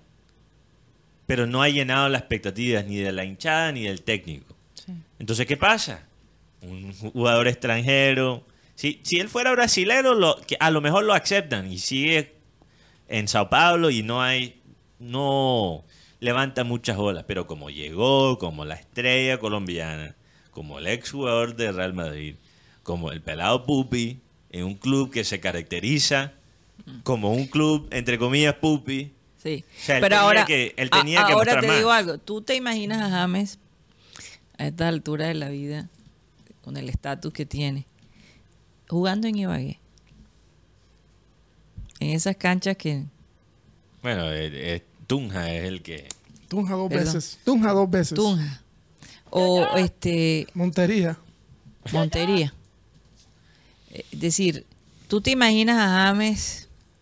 Pero no ha llenado las expectativas ni de la hinchada ni del técnico. Sí. Entonces, ¿qué pasa? Un jugador extranjero. Si, si él fuera brasilero, lo, que a lo mejor lo aceptan y sigue en Sao Paulo y no hay, no levanta muchas olas. Pero como llegó, como la estrella colombiana, como el exjugador de Real Madrid, como el pelado Pupi, en un club que se caracteriza como un club, entre comillas, Pupi. Sí, o sea, él pero tenía ahora, que, él tenía a, que ahora mostrar te más. digo algo. ¿Tú te imaginas a James a esta altura de la vida, con el estatus que tiene, jugando en Ibagué? En esas canchas que... Bueno, eh, eh, Tunja es el que... Tunja dos Perdón. veces. Tunja dos veces. Tunja. O este... Montería. Montería. Es decir, ¿tú te imaginas a James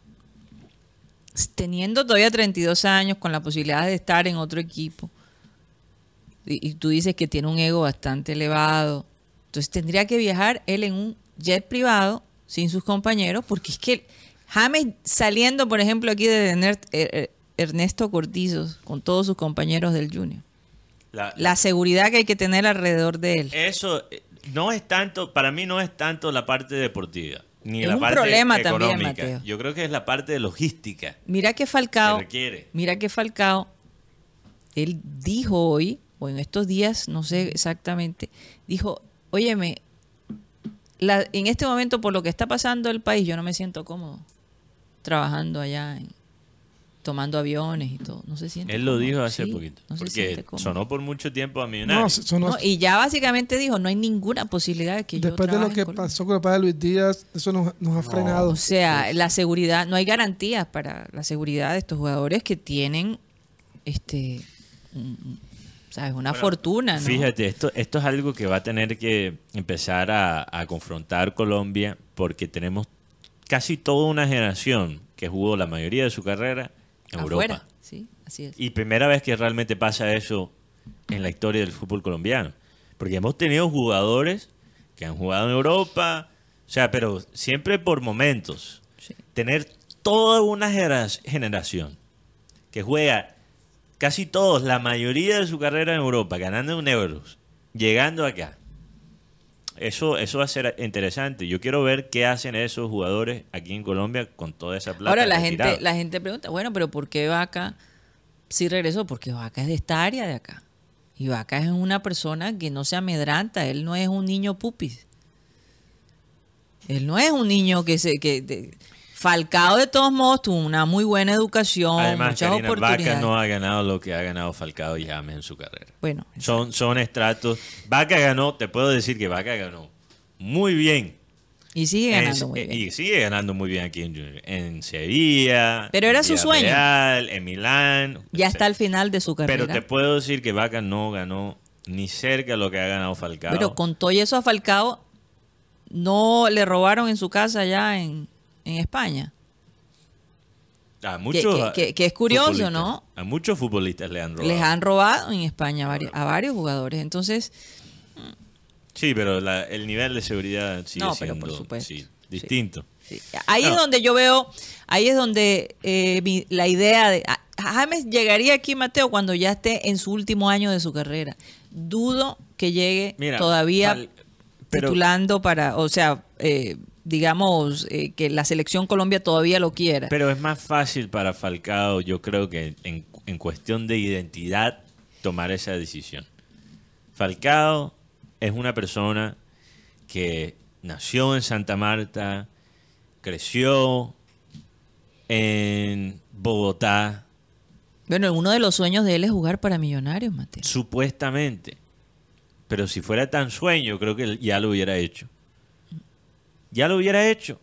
teniendo todavía treinta y dos años, con la posibilidad de estar en otro equipo? Y, y tú dices que tiene un ego bastante elevado. Entonces tendría que viajar él en un jet privado, sin sus compañeros, porque es que James saliendo, por ejemplo, aquí de Ernesto Cortizos, con todos sus compañeros del Junior. La, la, la seguridad que hay que tener alrededor de él. Eso no es tanto, para mí no es tanto la parte deportiva, ni es la un parte problema económica. También, Mateo. Yo creo que es la parte de logística. Mira que Falcao, que requiere. mira que Falcao, él dijo hoy, o en estos días, no sé exactamente, dijo, óyeme, la, en este momento por lo que está pasando el país, yo no me siento cómodo trabajando allá, en, tomando aviones y todo. No se siente Él cómodo. lo dijo hace sí, poquito. no se porque cómodo. sonó por mucho tiempo a Millonarios. No, sonó, No, y ya básicamente dijo, no hay ninguna posibilidad de que yo después de lo que pasó con el padre Luis Díaz, eso nos, nos ha no, frenado. O sea, la seguridad, no hay garantías para la seguridad de estos jugadores que tienen, este, sabes, una bueno, fortuna, ¿no? Fíjate, esto, esto es algo que va a tener que empezar a, a confrontar Colombia, porque tenemos casi toda una generación que jugó la mayoría de su carrera en Afuera. Europa. Sí, así es. Y primera vez que realmente pasa eso en la historia del fútbol colombiano. Porque hemos tenido jugadores que han jugado en Europa, o sea, pero siempre por momentos. Sí. Tener toda una generación que juega casi todos, la mayoría de su carrera en Europa, ganando en euros, llegando acá. Eso, eso va a ser interesante. Yo quiero ver qué hacen esos jugadores aquí en Colombia con toda esa plata. Ahora la retirada. gente, la gente pregunta, bueno, pero ¿por qué Vaca sí regresó? Porque Vaca es de esta área de acá. Y Vaca es una persona que no se amedranta. Él no es un niño pupis. Él no es un niño que se... que de, Falcao de todos modos tuvo una muy buena educación, Además, muchas Karina, oportunidades. Vaca no ha ganado lo que ha ganado Falcao y James en su carrera. Bueno, son, son estratos. Vaca ganó, te puedo decir que Vaca ganó muy bien. Y sigue ganando en, muy bien. Y sigue ganando muy bien aquí en, en Sevilla. Pero era en su sueño. Real, en Milán. Ya o sea, está al final de su carrera. Pero te puedo decir que Vaca no ganó ni cerca de lo que ha ganado Falcao. Pero con todo eso a Falcao no le robaron en su casa allá en, en España. A muchos que, que, que es curioso, ¿no? A muchos futbolistas le han robado. Les han robado en España a varios, a varios jugadores. Entonces, Sí, pero la- el nivel de seguridad sigue No, pero siendo por supuesto. sí, distinto. Sí. Ahí No. es donde yo veo, ahí es donde eh, mi- la idea de a- James llegaría aquí, Mateo, cuando ya esté en su último año de su carrera. Dudo que llegue Mira, todavía Fal- pero- titulando para, o sea, eh, digamos eh, que la selección Colombia todavía lo quiera. Pero es más fácil para Falcao, yo creo que en, en cuestión de identidad, tomar esa decisión. Falcao es una persona que nació en Santa Marta, creció en Bogotá, Bueno, uno de los sueños de él es jugar para Millonarios, Mateo. supuestamente. Pero si fuera tan sueño, creo que ya lo hubiera hecho. Ya lo hubiera hecho.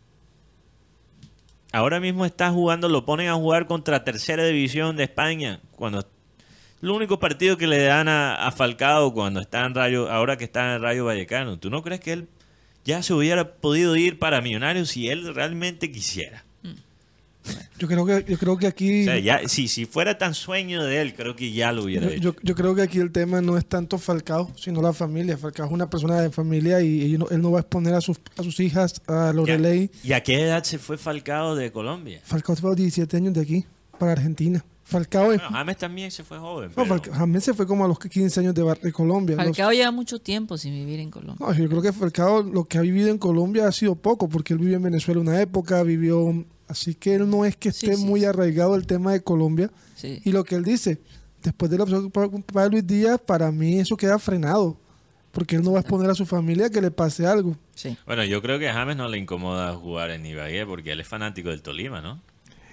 Ahora mismo está jugando, lo ponen a jugar contra Tercera División de España. Cuando el único partido que le dan a, a Falcao cuando está en Rayo, ahora que está en Rayo Vallecano. ¿Tú no crees que él ya se hubiera podido ir para Millonarios si él realmente quisiera? Yo creo que, yo creo que aquí... O sea, ya, si, si fuera tan sueño de él, creo que ya lo hubiera Yo, hecho. yo- yo creo que aquí el tema no es tanto Falcao, sino la familia. Falcao es una persona de familia y, y no- él no va a exponer a sus, a sus hijas a Lorelei. ¿Y a qué edad se fue Falcao de Colombia? Falcao se fue a los diecisiete años de aquí para Argentina. Falcao es... Bueno, James también se fue joven. no, pero- Falcao- James se fue como a los quince años de, Bar- de Colombia. Los- Falcao lleva mucho tiempo sin vivir en Colombia. no, yo creo que Falcao lo que ha vivido en Colombia ha sido poco, porque él vivió en Venezuela una época, vivió... Así que él no es que Sí, esté sí. muy arraigado el tema de Colombia. Sí. Y lo que él dice, después de la opción para Luis Díaz, para mí eso queda frenado. Porque él no va a exponer a su familia que le pase algo. Sí. Bueno, yo creo que a James no le incomoda jugar en Ibagué porque él es fanático del Tolima, ¿no?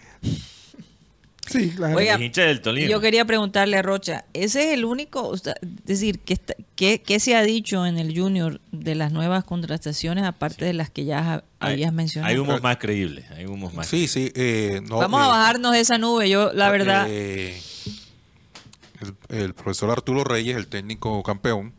Sí, claro. Oiga, Es hincha del Tolima. yo quería preguntarle a Rocha, ¿ese es el único, o sea, es decir, ¿qué, está- qué, qué se ha dicho en el Junior de las nuevas contrataciones, aparte de las que ya ha- Hay- habías mencionado? Hay humos más creíbles. Hay humos más Sí, sí. eh, no, Vamos eh, a bajarnos de esa nube, yo la verdad... eh, el, el profesor Arturo Reyes, el técnico campeón,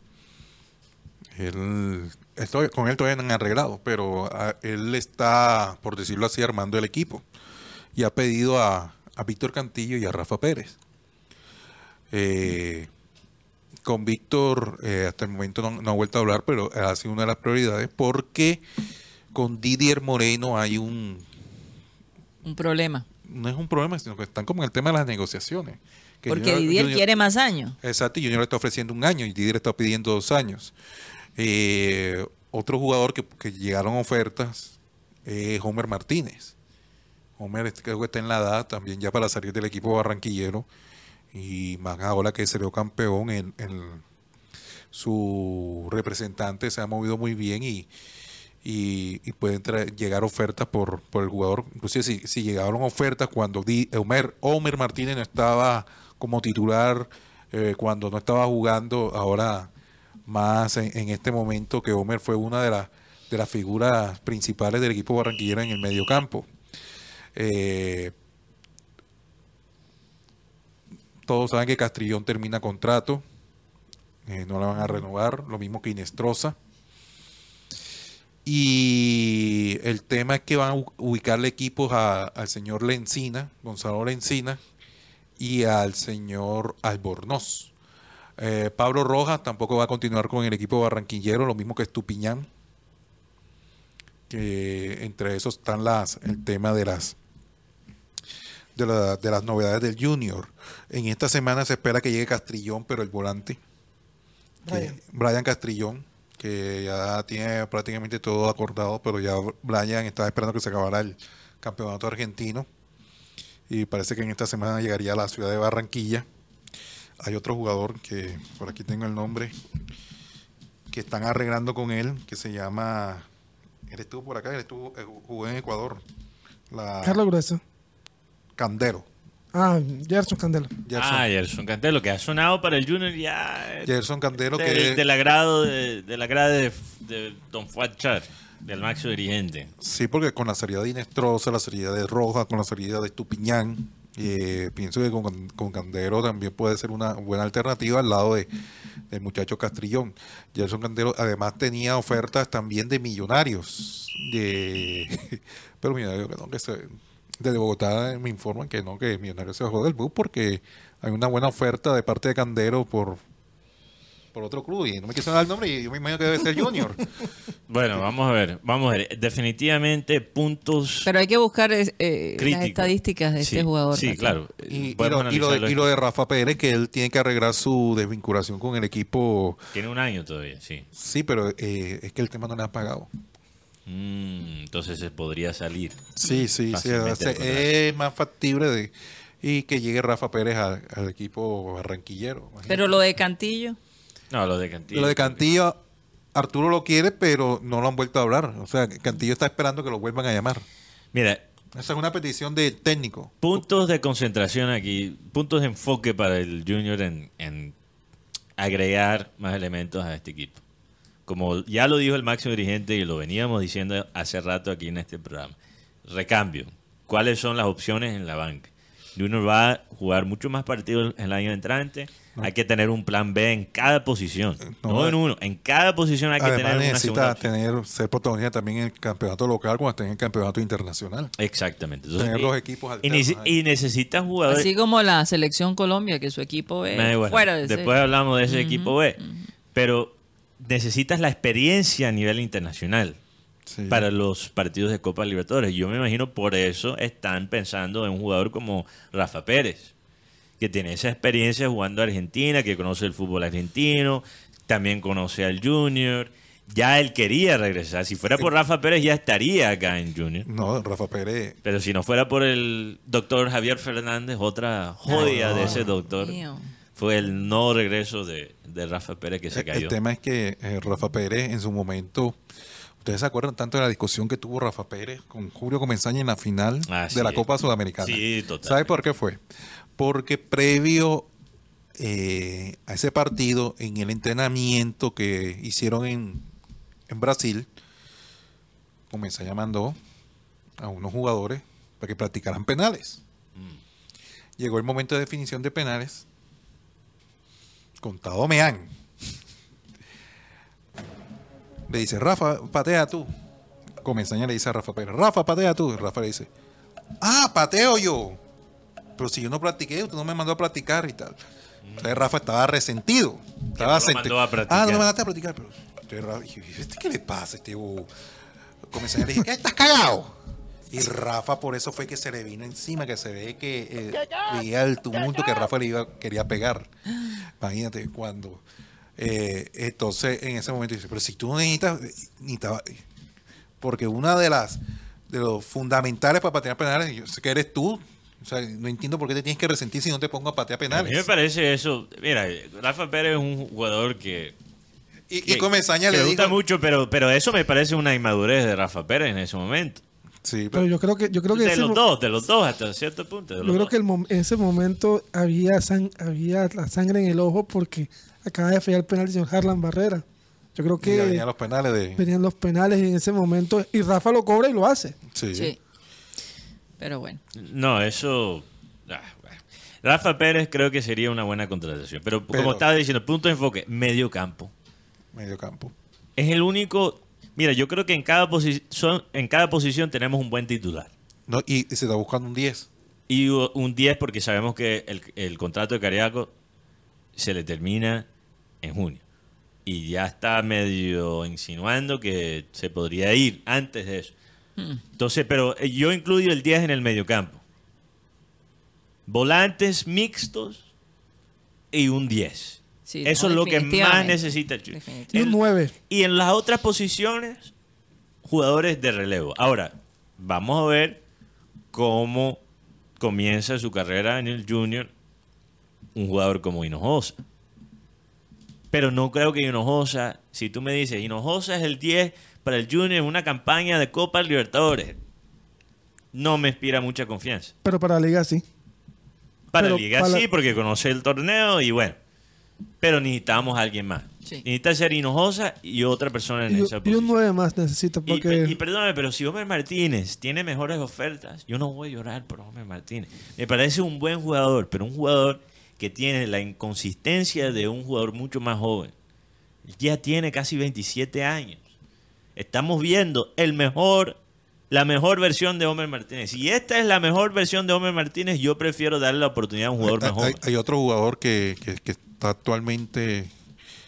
él, esto- con él todavía no han arreglado, pero ah, él está, por decirlo así, armando el equipo. Y ha pedido a, a Víctor Cantillo y a Rafa Pérez. Eh, con Víctor, eh, hasta el momento no, no ha vuelto a hablar, pero ha sido una de las prioridades porque con Didier Moreno hay un, Un problema. no es un problema, sino que están como en el tema de las negociaciones. Que Porque Junior- Didier Junior- quiere más años. Exacto, y Junior le está ofreciendo un año y Didier está pidiendo dos años. Eh, otro jugador que, que llegaron ofertas es Homer Martínez. Homer este, creo que está en la edad también ya para salir del equipo barranquillero y más ahora que salió campeón, en, en- su representante se ha movido muy bien y, y, y pueden traer- llegar ofertas por, por el jugador. Inclusive si, si llegaron ofertas cuando Di- Homer, Homer Martínez no estaba como titular, eh, cuando no estaba jugando, ahora más en, en este momento que Homer fue una de, las de las figuras principales del equipo barranquillero en el mediocampo. Eh, todos saben que Castrillón termina contrato, eh, no la van a renovar, lo mismo que Inestrosa. Y el tema es que van a u- ubicarle equipos a- al señor Lencina, Gonzalo Lencina, y al señor Albornoz. Eh, Pablo Rojas tampoco va a continuar con el equipo barranquillero, lo mismo que Estupiñán. Que entre esos están las el tema de las de, la- de las novedades del Junior. En esta semana se espera que llegue Castrillón, pero el volante que- Brian. Brian Castrillón, que ya tiene prácticamente todo acordado, pero ya Brian estaba esperando que se acabara el campeonato argentino y parece que en esta semana llegaría a la ciudad de Barranquilla. Hay otro jugador que por aquí tengo el nombre que están arreglando con él, que se llama, él estuvo por acá, él estuvo eh, jugó en Ecuador, la Carlos Gruesa. Candelo. Ah, Gerson Candelo. Gerson, Ah, Gerson Cantelo, que ha sonado para el Junior ya. Gerson Candelo, del, que del agrado de, del agrado de, de Don Fuad Char, del máximo dirigente. sí, porque con la salida de Inestrosa, la salida de Rojas, con la salida de Estupiñán, eh, pienso que con, con Candelo también puede ser una buena alternativa al lado de del muchacho Castrillón. Gerson Candelo además tenía ofertas también de Millonarios, de pero Millonarios que no, que se, desde Bogotá me informan que no, que Millonarios se bajó del bus porque hay una buena oferta de parte de Candelo por por otro club y no me quiso dar el nombre y yo me imagino que debe ser Junior. Bueno, vamos a ver, vamos a ver. Definitivamente puntos Pero hay que buscar eh, las críticos. estadísticas de Sí, este jugador. Sí, Rafael. claro. Y, y Podemos lo, y, lo analizarlo de, y lo de Rafa Pérez, que él tiene que arreglar su desvinculación con el equipo. Tiene un año todavía, sí. Sí, pero eh, es que el tema no le ha pagado. Mm, entonces se podría salir. Sí, sí, sí. Fácilmente o sea, al contrario. es más factible de y que llegue Rafa Pérez al, al equipo barranquillero. Imagínate. Pero lo de Cantillo, No, lo de Cantillo. Lo de Cantillo, Arturo lo quiere, pero no lo han vuelto a hablar. O sea, Cantillo está esperando que lo vuelvan a llamar. Mira, Esa es una petición del técnico. puntos de concentración aquí, puntos de enfoque para el Junior en, en agregar más elementos a este equipo. Como ya lo dijo el máximo dirigente y lo veníamos diciendo hace rato aquí en este programa. Recambio. ¿Cuáles son las opciones en la banca? Junior va a jugar muchos más partidos el año entrante. No. Hay que tener un plan B en cada posición. No, no en uno. En cada posición hay que Además, tener una necesita segunda tener, ser protagonista también en el campeonato local cuando esté en el campeonato internacional. Exactamente. Entonces, tener y, los equipos y, alternos y necesitas jugadores. así como la selección Colombia, que su equipo B Eh, bueno, fuera de después serie. hablamos de ese Ujú, equipo B. ujú. Pero necesitas la experiencia a nivel internacional. Sí. Para los partidos de Copa Libertadores. Yo me imagino por eso están pensando en un jugador como Rafa Pérez, que tiene esa experiencia jugando a Argentina, que conoce el fútbol argentino, también conoce al Junior. Ya él quería regresar. Si fuera por Rafa Pérez ya estaría acá en Junior. No, Rafa Pérez. Pero si no fuera por el doctor Javier Fernández, otra joya No, de ese doctor, mío. fue el no regreso de, de Rafa Pérez que se El, cayó. el tema es que eh, Rafa Pérez en su momento... ¿Ustedes se acuerdan tanto de la discusión que tuvo Rafa Pérez con Julio Comensaña en la final Así de la es. Copa Sudamericana? Sí, total. ¿Sabe por qué fue? Porque previo eh, a ese partido, en el entrenamiento que hicieron en, en Brasil, Comensaña mandó a unos jugadores para que practicaran penales. Mm. Llegó el momento de definición de penales. Contado me han. Le dice, Rafa, patea tú. Comensaña le dice a Rafa Pérez, Rafa, patea tú. Y Rafa le dice, ah, pateo yo. Pero si yo no practiqué, usted no me mandó a practicar y tal. Entonces Rafa estaba resentido. Estaba no lo mandó a practicar. Ah, no me mandaste a practicar. Pero, entonces Rafa, ¿este qué le pasa? Este, uh? Comensaña le dice, ¿qué estás cagado? Y Rafa por eso fue que se le vino encima, que se ve que eh, veía el tumulto que Rafa le iba, quería pegar. Imagínate cuando... Eh, entonces en ese momento dice, pero si tú no necesitas, necesitas porque una de las de los fundamentales para patear penales, yo sé que eres tú, o sea, no entiendo por qué te tienes que resentir si no te pongo a patear A penales. mí me parece eso, mira, Rafa Pérez es un jugador que y, que, y Comensaña que le me gusta dijo, mucho, pero pero eso me parece una inmadurez de Rafa Pérez en ese momento. sí, Pero pero, yo creo que yo creo que De ese los mo- dos, de los dos hasta cierto punto. de yo los creo dos. que el mom- en ese momento había sang- había la sangre en el ojo porque acaba de fallar el penal del señor Harlan Barrera. Yo creo y ya que venían los penales de venían los penales en ese momento y Rafa lo cobra y lo hace. sí. Sí. Pero bueno. No, eso... ah, bueno. Rafa Pérez creo que sería una buena contratación. Pero, Pero- como estaba diciendo, punto de enfoque, medio campo. medio campo. Es el único... Mira, yo creo que en cada, posición en cada posición tenemos un buen titular. No, y, y se está buscando un diez. Y un diez porque sabemos que el, el contrato de Cariaco se le termina en junio. Y ya está medio insinuando que se podría ir antes de eso. Entonces, pero yo incluyo el diez en el mediocampo. Volantes mixtos y un diez. Sí, Eso no, es lo que más definitivamente. necesita el Junior. Definitivamente. Y un En- nueve. Y en las otras posiciones, jugadores de relevo. Ahora, vamos a ver cómo comienza su carrera en el Junior un jugador como Hinojosa. Pero no creo que Hinojosa, si tú me dices, Hinojosa es el diez para el Junior en una campaña de Copa Libertadores, no me inspira mucha confianza. Pero para la liga sí. Para Pero Liga para- sí, porque conoce el torneo y bueno. Pero necesitamos a alguien más. Sí. Necesita ser Hinojosa y otra persona en Y, esa y posición. un nueve más necesita Y, porque y perdóname, pero si Homer Martínez tiene mejores ofertas, yo no voy a llorar por Homer Martínez. Me parece un buen jugador, pero un jugador que tiene la inconsistencia de un jugador mucho más joven. Ya tiene casi veintisiete años. Estamos viendo el mejor, la mejor versión de Homer Martínez. Si esta es la mejor versión de Homer Martínez, yo prefiero darle la oportunidad a un jugador hay, más hay- joven. hay otro jugador que, que- que está actualmente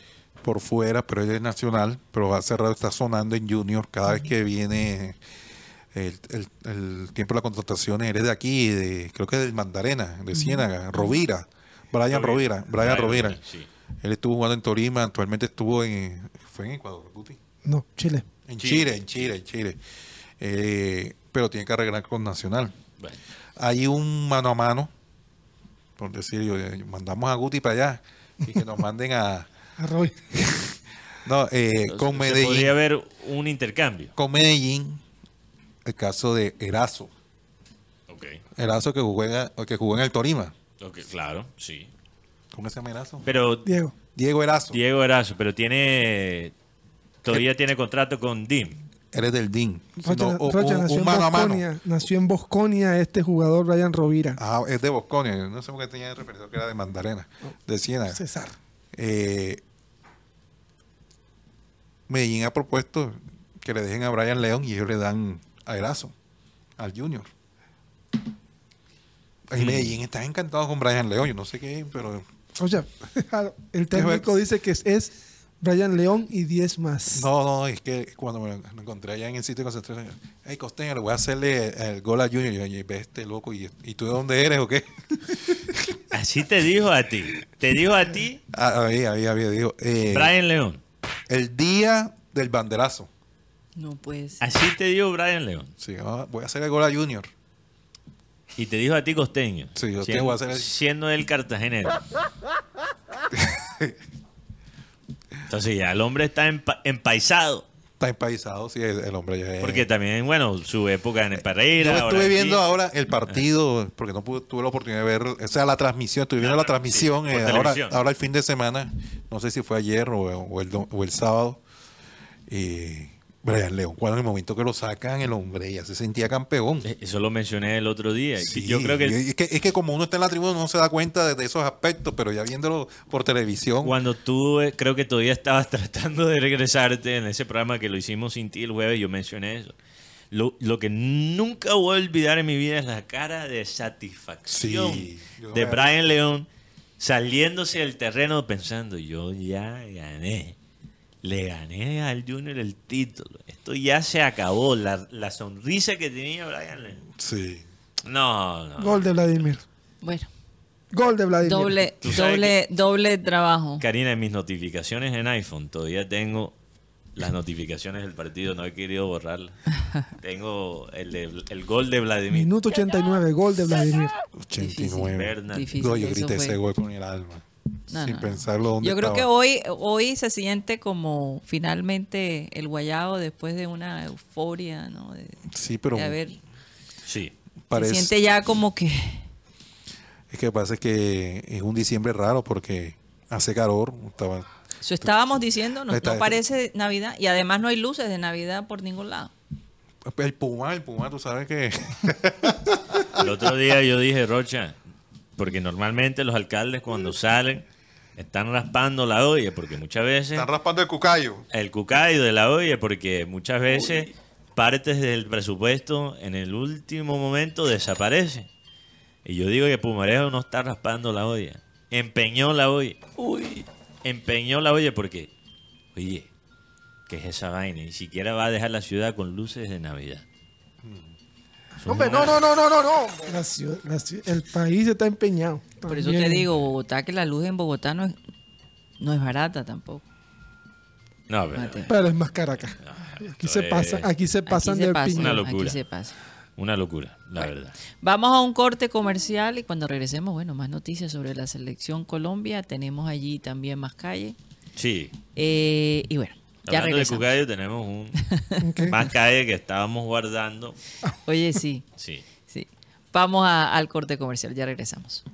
por fuera, pero él es nacional, pero hace rato está sonando en Junior. Cada vez que viene el, el, el tiempo de la contratación, él es de aquí, de, creo que es del Mandarena, de Ciénaga, Rovira, Brian Rovira, Brian Rovira. Sí. Él estuvo jugando en Tolima, actualmente estuvo en, ¿fue en Ecuador, Guti? No, Chile. En Chile. Chile, en Chile, en Chile. Eh, pero tiene que arreglar con Nacional. Bueno. Hay un mano a mano, por decir, yo, eh, mandamos a Guti para allá y que nos manden a... A Roy. No, eh, Entonces, con se Medellín. podría haber un intercambio. Con Medellín, el caso de Erazo. Ok. Erazo que jugó en, que jugó en el Tolima. Ok, claro, sí. ¿Cómo se llama Erazo? Pero Diego. Diego Erazo. Diego Erazo, pero tiene todavía tiene contrato con D I M. Eres del D I N. Rocha, No, o- Rocha un, nació, un en mano a mano. Bosconia, nació en Bosconia este jugador Brian Rovira. Ah, es de Bosconia. No sé por qué tenía el referencia que era de Mandarena, de Ciénaga. César. Eh, Medellín ha propuesto que le dejen a Brian León y ellos le dan a Erazo, al Junior. Y Medellín está encantado con Brian León. Yo no sé qué, pero O sea, el técnico dice que es, es Brian León y diez más. no, no, es que cuando me lo encontré allá en el sitio de concentración, hey Costeño, le voy a hacerle el gol a Junior. Y yo, "Oye, ve este loco, ¿y, ¿y tú de dónde eres o qué?" Así te dijo a ti. Te dijo a ti Ah, había, había, había, digo, eh, Brian León. el día del banderazo. No puede ser. Así te dijo Brian León. Sí, ah, voy a hacer el gol a Junior. Y te dijo a ti Costeño. Sí, yo te siendo, voy a hacer el- siendo él cartagenero. Entonces ya el hombre está empa- empaisado. Está empaisado, sí, el, el hombre ya es. Porque también, bueno, su época en el Pereira. Yo ahora estuve aquí. viendo ahora el partido, porque no pude, tuve la oportunidad de ver, o sea, la transmisión, estuve viendo la transmisión, sí, por eh, ahora, televisión. ahora el fin de semana, no sé si fue ayer o, o el, do- o el sábado, y Brian León, cuando en el momento que lo sacan, el hombre ya se sentía campeón. Eh, Eso lo mencioné el otro día. Sí, Yo creo que y es que es que como uno está en la tribuna no se da cuenta de, de esos aspectos, pero ya viéndolo por televisión, cuando tú, eh, creo que todavía estabas tratando de regresarte en ese programa que lo hicimos sin ti el jueves, yo mencioné eso. Lo, lo que nunca voy a olvidar en mi vida es la cara de satisfacción Sí, yo de me- Brian León saliéndose del terreno pensando, yo ya gané. Le gané al Junior el título. Esto ya se acabó. La, la sonrisa que tenía Brian León. sí. No, no. Gol de Vladimir. Bueno, Gol de Vladimir. doble, Tú sabes doble, doble trabajo. Karina, en mis notificaciones en iPhone todavía tengo las notificaciones del partido, no he querido borrarlas. Tengo el, de- el gol de Vladimir. Minuto ochenta y nueve, gol de Vladimir. ochenta y nueve. Bernat. Difícil. No, yo eso grité fue. ese gol con el alma. No, sin no, no. pensarlo dónde Yo creo estaba. que hoy, hoy se siente como finalmente el guayabo después de una euforia, ¿no? De, Sí, pero de haber, Sí. parece, se siente ya como que es que pasa que es un diciembre raro porque hace calor, estaba eso estábamos diciendo, no, Está- no parece Navidad y además no hay luces de Navidad por ningún lado. el Puma, el Puma, tú sabes que El otro día yo dije, Rocha, porque normalmente los alcaldes cuando salen están raspando la olla, porque muchas veces están raspando el cucayo. el cucayo de la olla, porque muchas veces partes del presupuesto en el último momento desaparecen. Y yo digo que Pumarejo no está raspando la olla, empeñó la olla. Uy, empeñó la olla porque, oye, ¿qué es esa vaina? Ni siquiera va a dejar la ciudad con luces de Navidad. Hombre, no, no, no, no, no, no. La ciudad- la ciudad- el país está empeñado. Por eso También. te digo, Bogotá, que la luz en Bogotá no es, no es barata tampoco. No, pero Mateo. Pero es más cara acá. Aquí se es- pasa, aquí se pasan Aquí se de pasa, piña. Una aquí locura. se pasa. una locura, la verdad. Vamos a un corte comercial y cuando regresemos, bueno, más noticias sobre la selección Colombia. Tenemos allí también más calle. Sí, Eh, y bueno, ya hablando de regresamos. cucayo tenemos un Ok. más calle que estábamos guardando. Oye, sí, Sí. sí. Vamos a- al corte comercial, ya regresamos.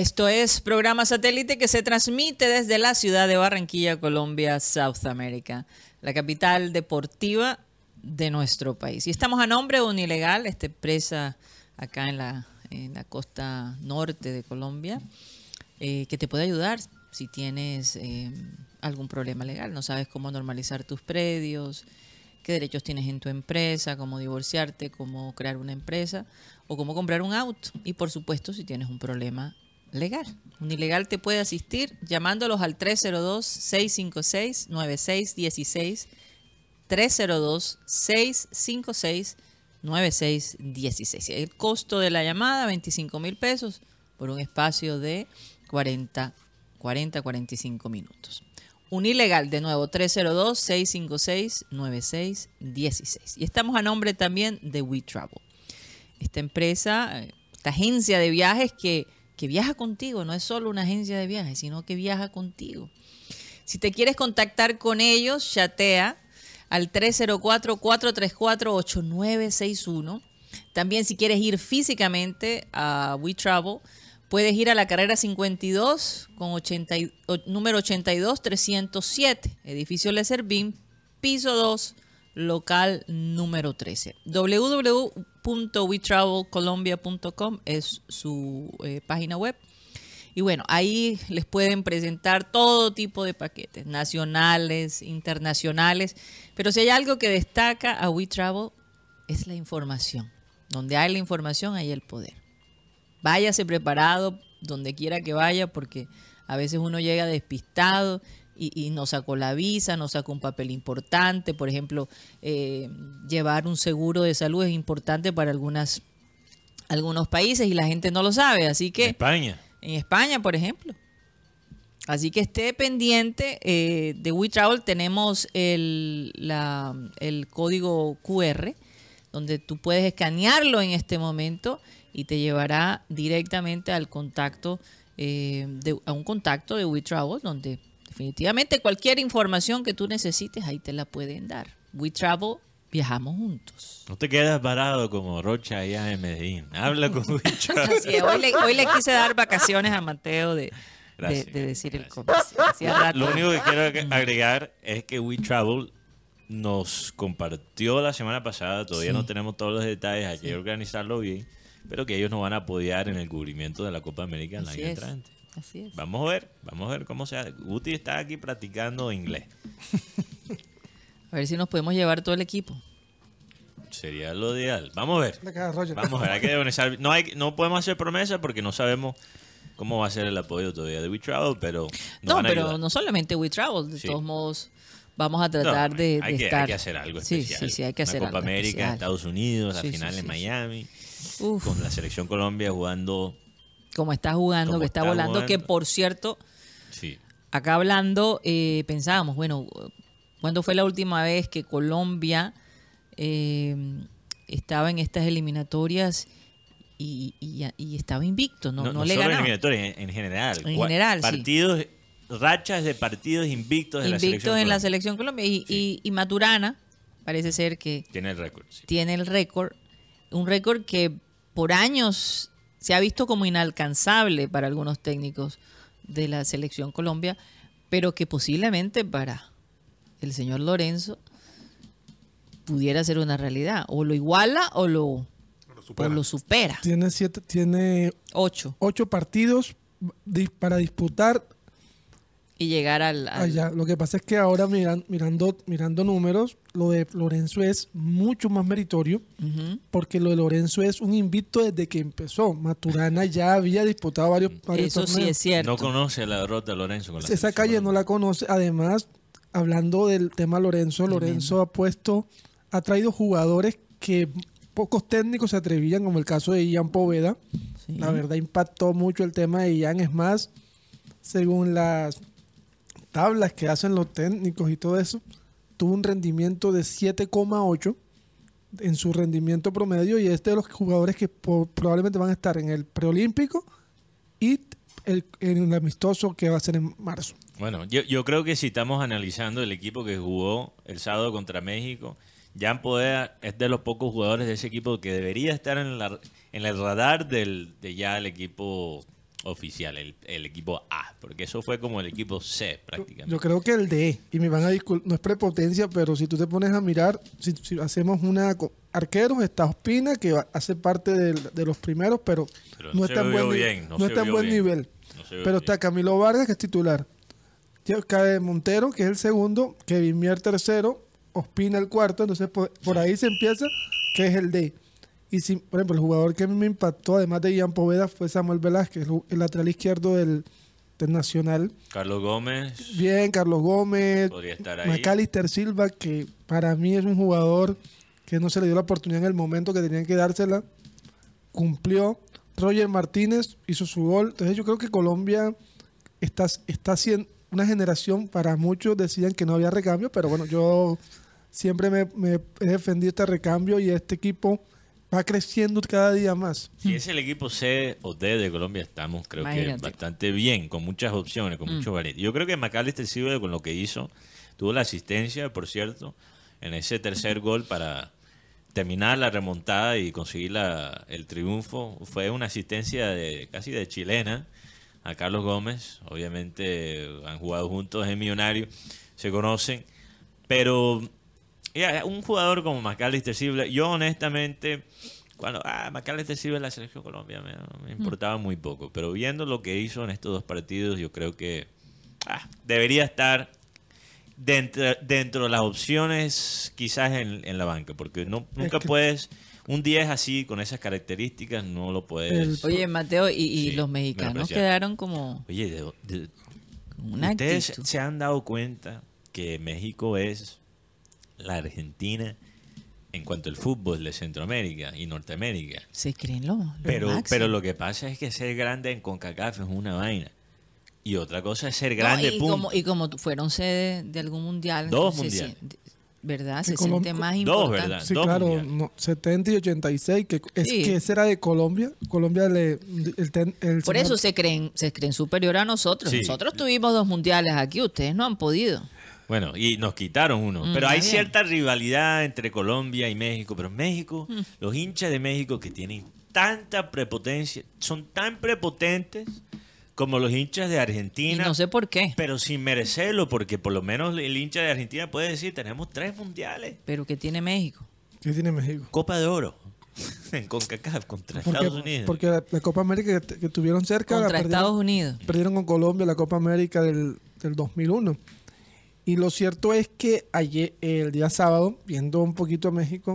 Esto es programa satélite que se transmite desde la ciudad de Barranquilla, Colombia, South America, la capital deportiva de nuestro país. Y estamos a nombre de Unilegal, esta empresa acá en la, en la costa norte de Colombia, eh, que te puede ayudar si tienes eh, algún problema legal, no sabes cómo normalizar tus predios, qué derechos tienes en tu empresa, cómo divorciarte, cómo crear una empresa o cómo comprar un auto. Y por supuesto, si tienes un problema legal. Unilegal te puede asistir llamándolos al tres cero dos, seis cinco seis, nueve seis uno seis, tres cero dos, seis cinco seis, nueve seis uno seis. El costo de la llamada, veinticinco mil pesos por un espacio de cuarenta, cuarenta, cuarenta y cinco minutos. Unilegal, de nuevo, tres cero dos, seis cinco seis, nueve seis uno seis. Y estamos a nombre también de WeTravel. Esta empresa, esta agencia de viajes que, que viaja contigo, no es solo una agencia de viajes, sino que viaja contigo. Si te quieres contactar con ellos, chatea al tres cero cuatro, cuatro tres cuatro, ocho nueve seis uno. También si quieres ir físicamente a WeTravel, puedes ir a la carrera cincuenta y dos, con ochenta, número ochenta y dos trescientos siete, edificio Le Servín, piso dos, local número trece. doble u doble u doble u punto we travel colombia punto com es su eh, página web. Y bueno, ahí les pueden presentar todo tipo de paquetes, nacionales, internacionales. Pero si hay algo que destaca a WeTravel es la información. Donde hay la información, hay el poder. Váyase preparado donde quiera que vaya, porque a veces uno llega despistado y, y no sacó la visa, no sacó un papel importante. Por ejemplo, eh, llevar un seguro de salud es importante para algunas, algunos países y la gente no lo sabe. Así que En España. En España, por ejemplo. Así que esté pendiente eh, de WeTravel. Tenemos el, la, el código cu erre, donde tú puedes escanearlo en este momento y te llevará directamente al contacto, eh, de, a un contacto de WeTravel, donde definitivamente cualquier información que tú necesites, ahí te la pueden dar. WeTravel, viajamos juntos. No te quedas parado como Rocha allá en Medellín. Habla con WeTravel. Así es, hoy, le, hoy le quise dar vacaciones a Mateo de, Gracias, de, de decir gracias. el comercial. Hacía rato. Lo único que quiero agregar es que WeTravel nos compartió la semana pasada, todavía Sí. no tenemos todos los detalles, hay que organizarlo bien, pero que ellos nos van a apoyar en el cubrimiento de la Copa América el Así año es. entrante. Así es. Vamos a ver, vamos a ver cómo se hace. Guti está aquí practicando inglés. A ver si nos podemos llevar todo el equipo. Sería lo ideal. Vamos a ver. La cara de Roger. Vamos a ver, hay que organizar. No, hay, no podemos hacer promesas porque no sabemos cómo va a ser el apoyo todavía de WeTravel, pero nos No, van a pero ayudar. no solamente WeTravel, de Sí. todos modos vamos a tratar No, de, hay de que, estar. hay que hacer algo Sí, especial. sí, sí, hay que hacer Una Copa algo América, especial. Estados Unidos, la Sí, sí, final sí, en sí. Miami, Uf, con la selección Colombia jugando. como está jugando, Como que está está volando, jugando. que por cierto, Sí, acá hablando, eh, pensábamos, bueno, ¿cuándo fue la última vez que Colombia eh, estaba en estas eliminatorias y, y- y estaba invicto? No, no, no, no le solo en ganaba. eliminatorias, en, en general. En Gua- general, sí. partidos, rachas de partidos invictos de la Invicto selección en la Colombia. selección Colombia. Y, y- y Maturana parece ser que Tiene el récord. Sí. tiene el récord, un récord que por años se ha visto como inalcanzable para algunos técnicos de la selección Colombia, pero que posiblemente para el señor Lorenzo pudiera ser una realidad. O lo iguala o lo, Lo o supera. lo supera. Tiene siete, tiene Ocho. ocho partidos di- para disputar Y llegar al... al- allá. Lo que pasa es que ahora miran- mirando, mirando números, lo de Lorenzo es mucho más meritorio, Ujú. porque lo de Lorenzo es un invicto desde que empezó. Maturana ya había disputado varios, varios Eso sí torneos. es cierto. No conoce la derrota de Lorenzo con la Esa selección calle no Colombia. la conoce. Además, hablando del tema Lorenzo, Tremendo. Lorenzo ha puesto, ha traído jugadores que pocos técnicos se atrevían, como el caso de Ian Poveda. Sí. La verdad impactó mucho el tema de Ian. Es más, según las tablas que hacen los técnicos y todo eso, tuvo un rendimiento de siete coma ocho en su rendimiento promedio, y este de los jugadores que po- probablemente van a estar en el preolímpico y el, en el amistoso que va a ser en marzo. Bueno, yo, yo creo que si estamos analizando el equipo que jugó el sábado contra México, Jan Podea es de los pocos jugadores de ese equipo que debería estar en, la, en el radar del, de ya el equipo oficial, el, el equipo A, porque eso fue como el equipo C prácticamente. Yo creo que el D, y me van a disculpar, no es prepotencia, pero si tú te pones a mirar, si, si hacemos una co- arqueros, está Ospina, que va- hace parte del- de los primeros, pero, Pero no no está se en vio buen, ni- bien, no no se está en vio buen bien. nivel. No se vio Pero bien. está Camilo Vargas, que es titular. Ya cae Montero, que es el segundo, Kevin Mier tercero, Ospina el cuarto, entonces por, por ahí se empieza, que es el D. Y si, por ejemplo, el jugador que a mí me impactó, además de Ian Poveda, fue Samuel Velázquez, el, el lateral izquierdo del, del Nacional. Carlos Gómez Bien, Carlos Gómez, podría estar ahí. Macalister Silva, que para mí es un jugador que no se le dio la oportunidad en el momento que tenían que dársela, cumplió. Roger Martínez hizo su gol. Entonces yo creo que Colombia está, está haciendo una generación, para muchos decían que no había recambio, pero bueno, yo siempre me, me he defendido este recambio y este equipo va creciendo cada día más. Si es el equipo C o D de Colombia, estamos creo Imagínate. que bastante bien, con muchas opciones, con muchos variantes. Yo creo que Macalister Silva, con lo que hizo, tuvo la asistencia, por cierto, en ese tercer gol para terminar la remontada y conseguir la, el triunfo. Fue una asistencia de casi de chilena a Carlos Gómez. Obviamente han jugado juntos en Millonario, se conocen, pero ya, un jugador como Macalister Silva, yo honestamente, cuando ah, Macalister Silva en la selección Colombia me, me importaba muy poco, pero viendo lo que hizo en estos dos partidos, yo creo que ah, debería estar dentro, dentro de las opciones quizás en, en la banca, porque no nunca que- puedes, un diez así con esas características no lo puedes. El- Oye, Mateo, y, y Sí, los mexicanos menospreciar. quedaron como Oye, de- de- con una ustedes actitud. se han dado cuenta que México es la Argentina en cuanto al fútbol de Centroamérica y Norteamérica. Se creen lo, lo Pero, máximo. pero lo que pasa es que ser grande en CONCACAF es una vaina. Y otra cosa es ser No, grande, y, punto. como, y como fueron sede de algún mundial, Dos entonces se mundiales. siente- ¿verdad? Que Se Colom- siente más Dos, importante. ¿verdad? Sí, Dos claro, mundiales. no, setenta y ochenta y seis, que es Sí. que ese era de Colombia. Colombia le el, ten- el Por señor- eso se creen, se creen superior a nosotros. Sí. Nosotros tuvimos dos mundiales aquí, ustedes no han podido. Bueno, y nos quitaron uno. Mm, pero hay está bien. cierta rivalidad entre Colombia y México. Pero México, Mm. los hinchas de México que tienen tanta prepotencia, son tan prepotentes como los hinchas de Y Argentina. no sé por qué, Pero sin merecerlo, porque por lo menos el hincha de Argentina puede decir, tenemos tres mundiales. pero ¿qué tiene México? ¿Qué tiene México? Copa de Oro en CONCACAF contra Estados Porque, Unidos. porque la, la Copa América que, que tuvieron cerca la Contra perdieron, Estados Unidos. perdieron con Colombia la Copa América del, del dos mil uno. Y lo cierto es que ayer, el día sábado, viendo un poquito a México,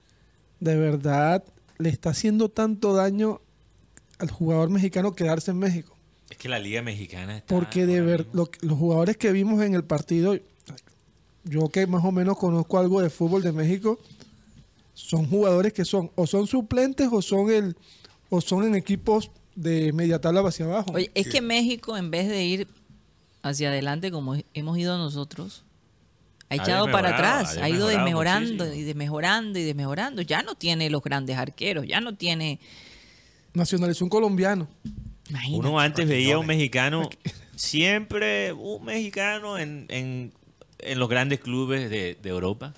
de verdad le está haciendo tanto daño al jugador mexicano quedarse en México. Es que la Liga Mexicana está... Porque de ahora ver, mismo- lo que- los jugadores que vimos en el partido, yo que más o menos conozco algo de fútbol de México, son jugadores que son o son suplentes o son el o son en equipos de media tabla hacia abajo. Oye, es que México, en vez de ir hacia adelante como hemos ido nosotros, ha Ha echado para desmejorado, atrás, ha ha ido desmejorado desmejorando muchísimo. y desmejorando y desmejorando. Ya no tiene los grandes arqueros, ya no tiene... Nacionalizó un colombiano. Imagínate. Uno antes veía a un mexicano, siempre un mexicano en, en, en los grandes clubes de, de Europa.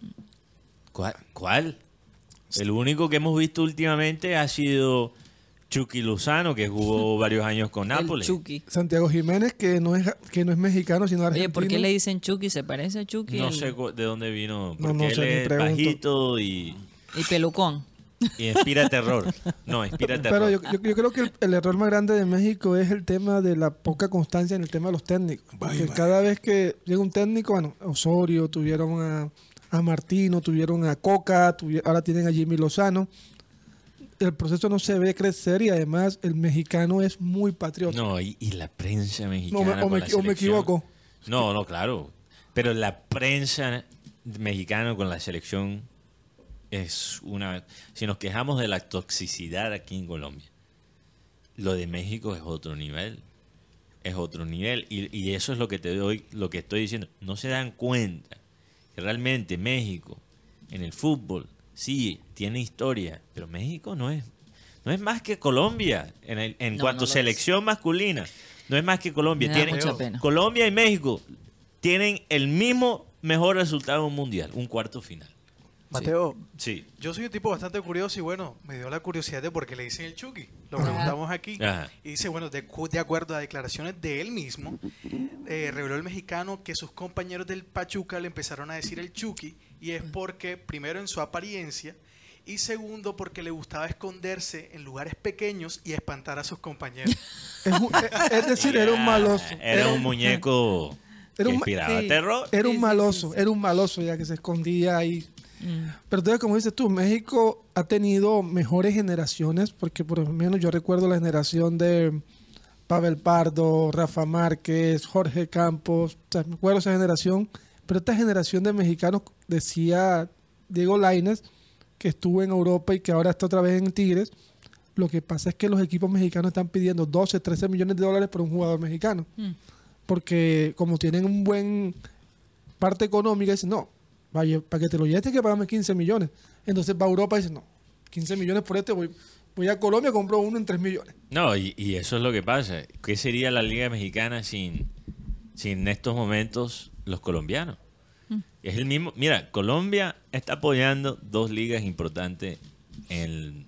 ¿Cuál? ¿Cuál? El único que hemos visto últimamente ha sido Chucky Lozano, que jugó varios años con El Nápoles. Chucky. Santiago Jiménez, que no es que no es mexicano, sino argentino. Oye, ¿por qué le dicen Chucky? ¿Se parece a Chucky? No el- sé cu- de dónde vino, No, porque no sé, ni él es pregunto. bajito y, Y pelucón. y inspira terror. No, inspira terror. Pero yo, yo- yo creo que el, el error más grande de México es el tema de la poca constancia en el tema de los técnicos. Porque cada vez que llega un técnico, bueno, Osorio, tuvieron a, a Martino, tuvieron a Coca, tuvi- ahora tienen a Jimmy Lozano. El proceso no se ve crecer y además el mexicano es muy patriota. No, y, y la prensa mexicana. No, me- o con me la equi- o me selección. equivoco. No, no, claro. Pero la prensa mexicana con la selección es una. Si nos quejamos de la toxicidad aquí en Colombia, lo de México es otro nivel. Es otro nivel. Y, y eso es lo que te doy, lo que estoy diciendo. No se dan cuenta que realmente México en el fútbol sí tiene historia, pero México no es no es más que Colombia en, el- en No, cuanto no a lo selección masculina. No es más que Colombia. Me da Tienen- mucha pena. Colombia y México tienen el mismo mejor resultado en un mundial, un cuarto final. Mateo, Sí. yo soy un tipo bastante curioso y bueno, me dio la curiosidad de por qué le dicen el Chucky. Lo preguntamos aquí. Ajá. Y dice, bueno, de, cu- de acuerdo a declaraciones de él mismo, eh, reveló el mexicano que sus compañeros del Pachuca le empezaron a decir el Chucky y es porque, primero, en su apariencia y segundo, porque le gustaba esconderse en lugares pequeños y espantar a sus compañeros. Es, un- es- es decir, era un maloso. Era un muñeco que Era un ma- inspiraba sí. terror. Era Sí, un sí, maloso, sí, sí. era un maloso ya que se escondía ahí. Mm. Pero entonces, como dices tú, México ha tenido mejores generaciones, porque por lo menos yo recuerdo la generación de Pavel Pardo, Rafa Márquez, Jorge Campos, o sea, me acuerdo esa generación, pero esta generación de mexicanos, decía Diego Lainez, que estuvo en Europa y que ahora está otra vez en Tigres, lo que pasa es que los equipos mexicanos están pidiendo doce, trece millones de dólares por un jugador mexicano, Mm. porque como tienen un buen parte económica, dicen, no, vaya, para que te lo lleves tienes que pagarme quince millones. Entonces va a Europa y dice, no, quince millones por este, voy, voy a Colombia, compro uno en tres millones. No, y, y eso es lo que pasa. ¿Qué sería la Liga Mexicana sin, sin estos momentos los colombianos? Es el mismo. Mira, Colombia está apoyando dos ligas importantes en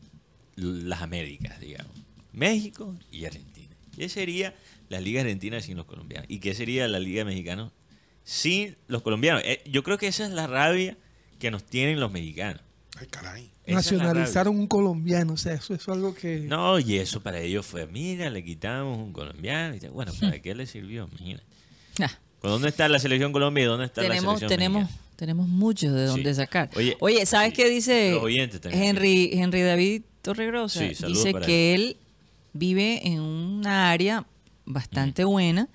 las Américas, digamos. México y Argentina. ¿Qué sería la Liga Argentina sin los colombianos? ¿Y qué sería la Liga Mexicana sin los colombianos? Eh, yo creo que esa es la rabia que nos tienen los mexicanos. Ay, caray. Esa es la Nacionalizaron rabia. un colombiano, o sea, eso, eso es algo que... No, y eso para ellos fue, mira, le quitamos un colombiano. Y dice, bueno, ¿para qué le sirvió? Imagínate. Ah, ¿Dónde está la selección Colombia y dónde está tenemos, la selección tenemos, mexicana? tenemos mucho de dónde Sí. sacar. Oye, Oye, ¿sabes sí, qué dice los oyentes también. Henry, Henry David Torregrosa? Sí, saludos Dice para que él vive en una área bastante buena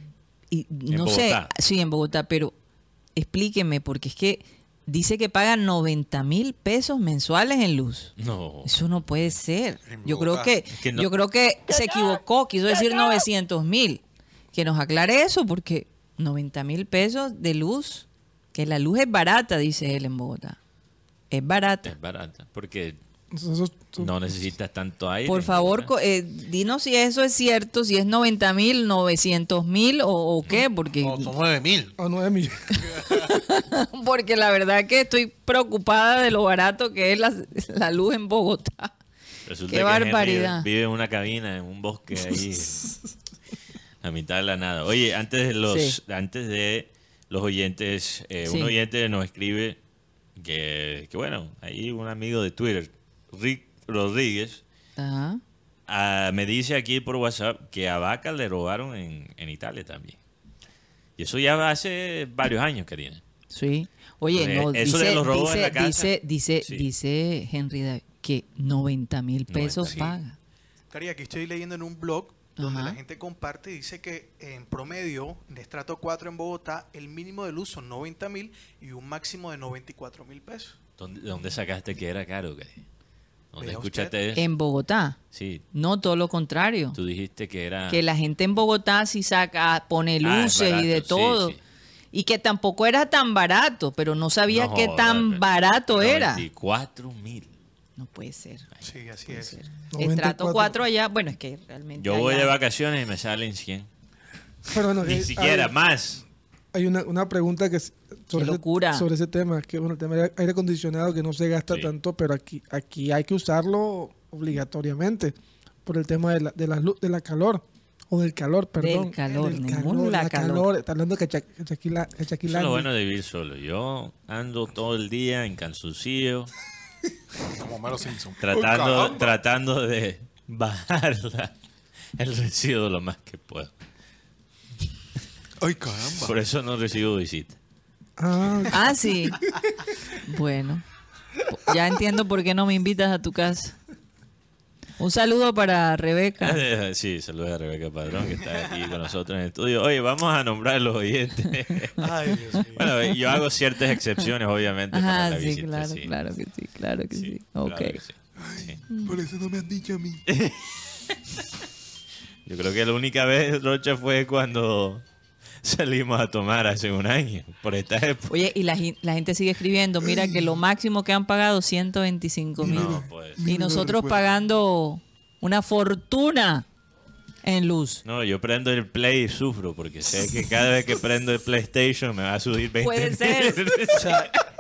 y no Bogotá. sé, sí, en Bogotá, pero explíqueme, porque es que dice que paga noventa mil pesos mensuales en luz. No. Eso no puede ser. En Yo creo Bogotá. que, que no- yo creo que se equivocó, quiso decir novecientos mil. Que nos aclare eso, porque noventa mil pesos de luz, que la luz es barata, dice él en Bogotá. Es barata. Es barata, porque eso- eso- no necesitas tanto aire. Por favor, co- eh, dinos si eso es cierto, si es noventa mil, novecientos mil o, o qué, porque, No, son nueve mil. a nueve millones. porque la verdad que estoy preocupada de lo barato que es la, la luz en Bogotá. Resulta Qué que Henry barbaridad. vive en una cabina, en un bosque ahí, a mitad de la nada. Oye, antes de los, Sí. antes de los oyentes, eh, Sí. un oyente nos escribe que, que, bueno, ahí un amigo de Twitter, Rick Rodríguez, Ajá. ah, me dice aquí por WhatsApp que a Vaca le robaron en, en Italia también. Y eso ya va hace varios años, Karina. Sí. Oye, Eh, no, eso dice, de los robos en dice, la casa. dice, dice, Sí. dice Henry David que noventa mil pesos noventa, paga. Cari, aquí estoy leyendo en un blog donde Ajá. la gente comparte y dice que en promedio, en estrato cuatro en Bogotá, el mínimo de luz son noventa mil y un máximo de noventa y cuatro mil pesos. ¿Dónde, dónde sacaste que era caro, Karina? ¿Dónde Vea escuchaste usted. eso? En Bogotá. Sí, No, todo lo contrario. tú dijiste que era... Que la gente en Bogotá sí saca, pone Ah, es luces barato, y de sí, todo. sí. Y que tampoco era tan barato, pero no sabía No qué jodas, tan pero- barato era. noventa y cuatro mil. No puede ser. Sí, así Puede es. ser. noventa y Estrato cuatro. cuatro allá, bueno, es que realmente. Yo voy allá- de vacaciones y me salen cien. Pero bueno, Ni eh, siquiera, hay, más. hay una, una pregunta que es sobre, Qué ese, locura. sobre ese tema, que bueno, el tema de aire acondicionado que no se gasta Sí. tanto, pero aquí, aquí hay que usarlo obligatoriamente por el tema de la, de la, luz- de la calor. O del calor, perdón. calor, Del ningún la calor. Está hablando de cacha- cachaquila- Eso es cachaquilandia. lo bueno de vivir solo. Yo ando todo el día en calzoncillo, Como Mero Simpson. tratando, Uy, caramba. tratando de bajar la- el residuo lo más que puedo. Ay, caramba. Por eso no recibo visitas. Ah, Ah, sí. Bueno, ya entiendo por qué no me invitas a tu casa. Un saludo para Rebeca. Sí, saludos a Rebeca Padrón, que está aquí con nosotros en el estudio. Oye, vamos a nombrar a los oyentes. Ay, Dios mío. Bueno, yo hago ciertas excepciones, obviamente, para Ah, la sí, visita. claro, sí. claro que sí, claro que sí. Sí, Ok. claro que sí. Sí. Por eso no me han dicho a mí. Yo creo que la única vez, Rocha, fue cuando salimos a tomar hace un año, por esta época. Oye, y la, gi- la gente sigue escribiendo, mira que lo máximo que han pagado ciento veinticinco mil. No, pues. Y nosotros pagando una fortuna en luz. No, yo prendo el Play y sufro, porque sé que cada vez que prendo el PlayStation me va a subir veinte Puede ser. O sea,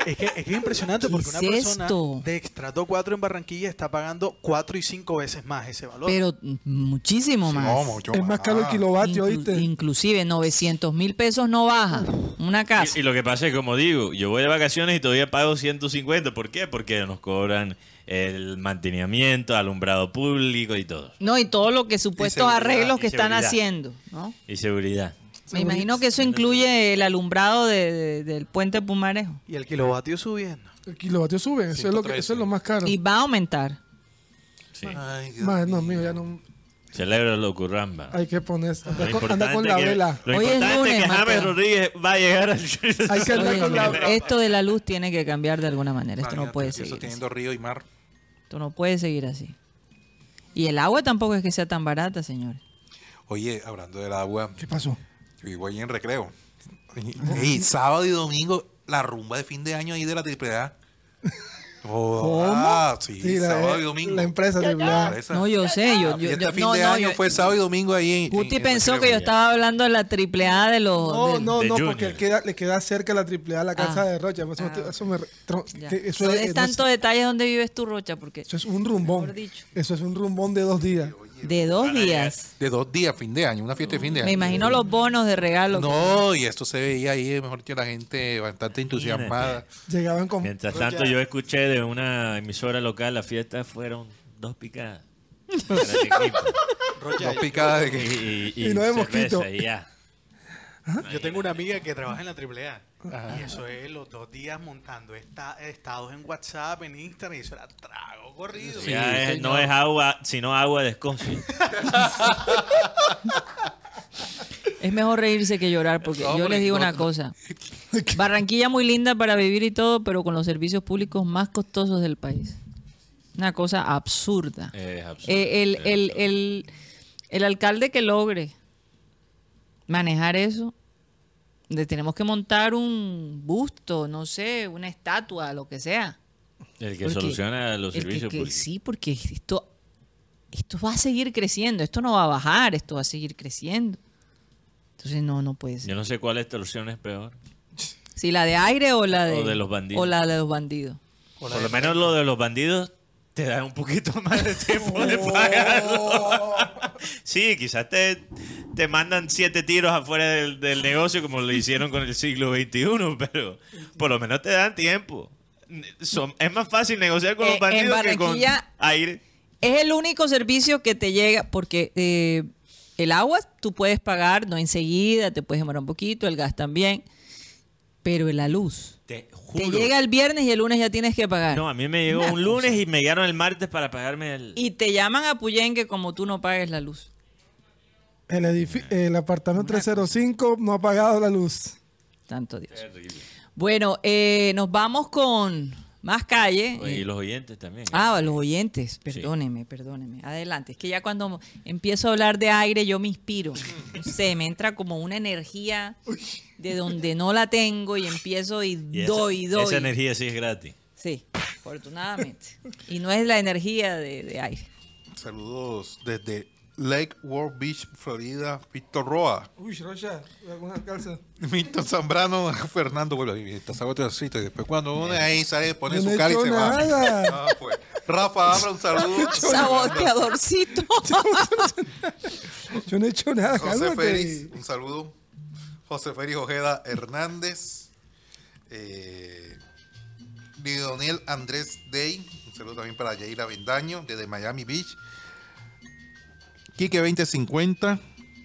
Es que, es que es impresionante ¿Qué porque una es persona esto? de Extrato cuatro en Barranquilla está pagando cuatro y cinco veces más ese valor. Pero muchísimo más. No, mucho Es más caro el kilovatio, Inclu- ¿oíste? inclusive novecientos mil pesos no baja una casa. Y, y lo que pasa es, como digo, yo voy de vacaciones y todavía pago ciento cincuenta. ¿Por qué? Porque nos cobran el mantenimiento, alumbrado público y todo. No, y todo lo que supuestos seguridad, arreglos y que están seguridad. haciendo, ¿no? Y seguridad. Me imagino que eso incluye el alumbrado de- de- del puente Pumarejo. Y el kilovatio subiendo. El kilovatio sube, eso es, lo que, eso es lo más caro. Y va a aumentar. Sí. Ay, Dios Más, no, mío. mío, ya no Celebra lo curramba. hay que ponerse. Lo Anda con, anda con importante la que- vela. Lo Hoy es importante lunes, es que James Mateo. Rodríguez va a llegar al... Hay que andar Oye, con la no, esto de la luz tiene que cambiar de alguna manera. Esto no Imagínate, puede Eso seguir. así. teniendo río y mar. Esto no puede seguir así. Y el agua tampoco es que sea tan barata, señores. Oye, hablando del agua, ¿Qué pasó? yo vivo ahí en Recreo. Y sábado y domingo, la rumba de fin de año ahí de la Triple A. Oh, ah, sí, Sí, la, sábado y domingo. la empresa triple A. Esa. No, yo sé. Yo, La yo, fiesta yo- de fin no, de no, año yo- fue sábado y domingo ahí en, Guti en- en pensó Recreo. que yo estaba hablando de la triple A de los... No, del- no, de no, Junior. porque queda, le queda cerca la triple A, la casa Ah. de Rocha. Eso, Ah. eso me, tro- Ya. que eso No es, des no tantos sé, detalles donde vives tú, Rocha, porque eso es un rumbón. Mejor dicho. Eso es un rumbón de dos días. de dos días. De dos días, fin de año, una fiesta de fin de año. Me imagino los bonos de regalo. No, y esto se veía ahí, mejor que la gente bastante entusiasmada. Llegaban con. Mientras tanto, yo escuché de una emisora local, las fiestas fueron dos picadas. Para el equipo. Dos picadas de Y, que... y, Y no de cerveza mosquito. y ya. Yo tengo una amiga que trabaja en la triple A. Y eso es los dos días montando esta- estados en WhatsApp, en Instagram, y eso era trago corrido. Sí, Ya es- señor. no es agua, sino agua de Escocia. Es mejor reírse que llorar, porque No, yo hombre, les digo no, una no. cosa. Barranquilla muy linda para vivir y todo, pero con los servicios públicos más costosos del país. Una cosa absurda. Es absurdo. Eh, el, Es el, absurdo. el, el alcalde que logre manejar eso, le tenemos que montar un busto, no sé, una estatua, lo que sea. El que Porque- soluciona los el que- servicios que- públicos. Sí, porque esto, esto va a seguir creciendo, esto no va a bajar, esto va a seguir creciendo. Entonces no, no puede ser. Yo no sé cuál extorsión es peor. Si la de aire o la de, O de los bandidos. o la de los bandidos. Por lo menos lo de los bandidos te da un poquito más de tiempo de pagarlo. Sí, quizás te, te mandan siete tiros afuera del, del negocio como lo hicieron con el siglo veintiuno, pero por lo menos te dan tiempo. Son- es más fácil negociar con Eh, los bandidos en que con Barranquilla- aire. Es el único servicio que te llega, porque eh, el agua tú puedes pagar, no enseguida, te puedes demorar un poquito, el gas también, pero la luz. Te juro. Te llega el viernes y el lunes ya tienes que pagar. No, a mí me llegó Una un lunes cosa. y me llegaron el martes para pagarme el... Y te llaman a Puyenque como tú no pagues la luz. El, edifi- el apartamento trescientos cinco no ha pagado la luz. Santo Dios. Bueno, eh, nos vamos con más calle. Y Eh, los oyentes también. Ah, los oyentes, perdóneme, perdóneme. Adelante. Es que ya cuando empiezo a hablar de aire yo me inspiro. No sé, me entra como una energía de donde no la tengo y empiezo y, Y esa- doy, doy. Esa energía sí es gratis. Sí, afortunadamente. Y no es la energía de, de aire. Saludos desde Lake World Beach, Florida, Víctor Roa. Uy, Rocha, alguna calza. Milton Zambrano, Fernando, bueno, ahí está saboteosito. Y después cuando uno ahí sale, pone Yo su no he cara y hecho se va. nada. Ah, pues. Rafa Abra, un saludo. Saboteadorcito. Yo no he hecho nada, José cálmate. Félix, un saludo. José Félix Ojeda Hernández. Eh, Lidoniel Andrés Day, un saludo también para Yaira Vendaño, desde Miami Beach. Quique veinte cincuenta.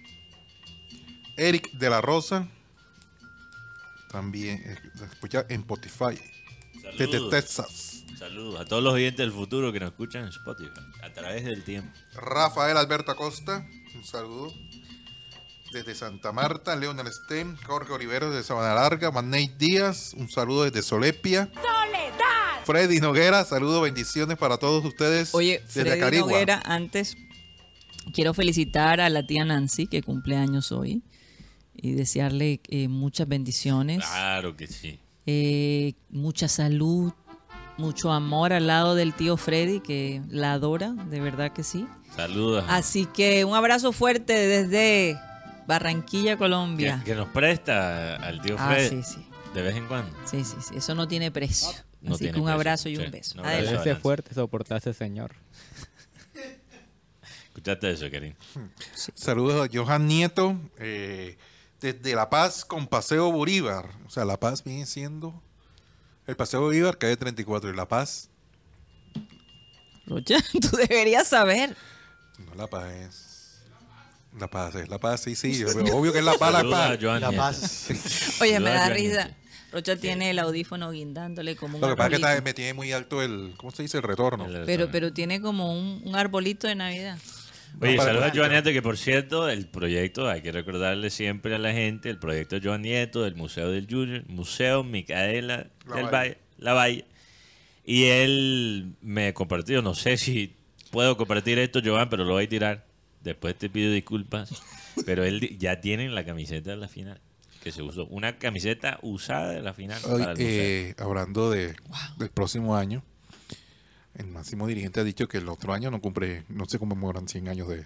Eric de la Rosa. También eh, se escucha en Spotify. Desde Saludos. Texas. Saludos a todos los oyentes del futuro que nos escuchan en Spotify a través del tiempo. Rafael Alberto Acosta, un saludo. Desde Santa Marta, Leonel Stem, Jorge Oliveros de Sabana Larga, Manei Díaz, un saludo desde Solepia. ¡Soledad! Freddy Noguera, saludos, bendiciones para todos ustedes. Oye, desde Freddy Acarigua. Noguera, antes quiero felicitar a la tía Nancy, que cumple años hoy, y desearle eh, muchas bendiciones, Claro que sí. eh, mucha salud, mucho amor al lado del tío Freddy, que la adora, de verdad que sí. Saludos. Así que un abrazo fuerte desde Barranquilla, que, Colombia. que nos presta al tío Ah, Fred. sí, sí. De vez en cuando. Sí, sí, sí. Eso no tiene precio. No Así tiene que un precio, abrazo y sí. un beso. Un abrazo. Adelante. Adelante. Ese fuerte soportar a ese señor. Escuchaste eso, Karim. Saludos a Johan Nieto, eh, desde La Paz con Paseo Bolívar. O sea, La Paz viene siendo el Paseo Bolívar, calle treinta y cuatro, y La Paz, Rocha, tú deberías saber. no, La Paz es... La Paz es La Paz, sí, sí, obvio que es La Paz, La Saluda Paz. a Joan La Nieto. Paz. Oye, me Saluda a da Joan risa. Nieto. Rocha tiene el audífono guindándole como un Lo que pasa es que arbolito. está- me tiene muy alto el, ¿cómo se dice? El retorno. El- Pero, pero tiene como un, un arbolito de Navidad. Oye, No, para- saludos a Joan Nieto, que por cierto, el proyecto, hay que recordarle siempre a la gente, el proyecto Joan Nieto del Museo del Junior, Museo Micaela La del Valle. Valle, La Valle. Y él me compartió, no sé si puedo compartir esto, Joan, pero lo voy a tirar. Después te pido disculpas. Pero él di- ya tiene la camiseta de la final que se usó. Una camiseta usada de la final Hoy, para el museo. eh, hablando de, del próximo año, el máximo dirigente ha dicho que el otro año no cumple, no se conmemoran cien años de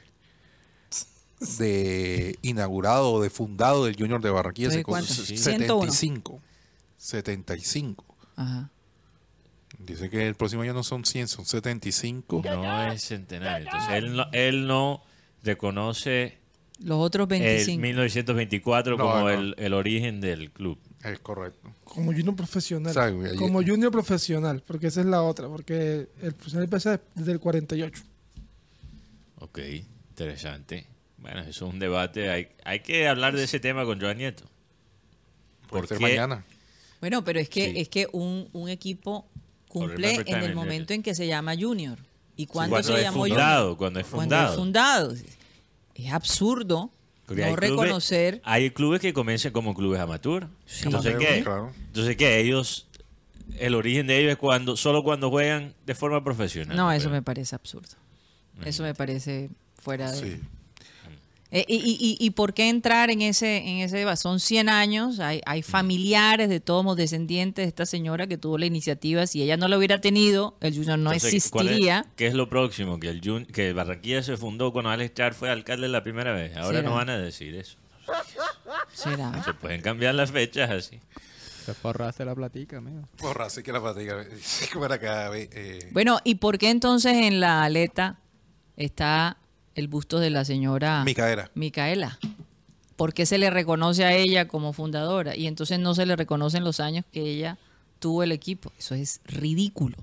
de inaugurado o de fundado del Junior de Barranquilla. ¿De Se cuánto? con- Sí. setenta ciento uno. y cinco. setenta y cinco. Ajá. Dice que el próximo año no son cien, son setenta y cinco. No es centenario. Entonces él no, él no reconoce Los otros el veinticinco. mil novecientos veinticuatro No, como no. El, el origen del club. Es correcto. Como junior profesional. Sabe, güey, ahí- Como junior profesional, porque esa es la otra, porque el profesional empieza desde el cuarenta y ocho. Ok, interesante. Bueno, eso es un debate. Hay, hay que hablar de ese tema con Joan Nieto. Puede ¿Por ser qué? mañana. Bueno, pero es que Sí. es que un, un equipo cumple remember en time el in momento Junior. en que se llama Junior. ¿Y cuándo Cuando se es llamó fundado, Junior? cuando es Cuando es fundado. fundado. Es absurdo Porque hay no clubes- reconocer. Hay clubes que comienzan como clubes amateur. Sí. Entonces, Amateur, ¿qué? claro. Entonces, ¿qué? Ellos, el origen de ellos es cuando solo cuando juegan de forma profesional. No, eso Pero- me parece absurdo. Eso me parece fuera de... Sí. Eh, y, y, y, ¿y por qué entrar en ese en ese debate? Son cien años, hay, hay familiares de todos los descendientes de esta señora que tuvo la iniciativa. Si ella no lo hubiera tenido, el Junior no Entonces, ¿cuál es- existiría. ¿Qué es lo próximo? Que el Jun- que Barranquilla se fundó cuando Alex Char fue alcalde la primera vez. Ahora ¿Será? no van a decir eso. ¿Será? Se pueden cambiar las fechas así. Se forraste la platica, amigo. Porra, así que la fatiga. Para acá, eh, Bueno, ¿y por qué entonces en la aleta está el busto de la señora Micaela. Micaela? ¿Por qué se le reconoce a ella como fundadora y entonces no se le reconocen los años que ella tuvo el equipo? Eso es ridículo.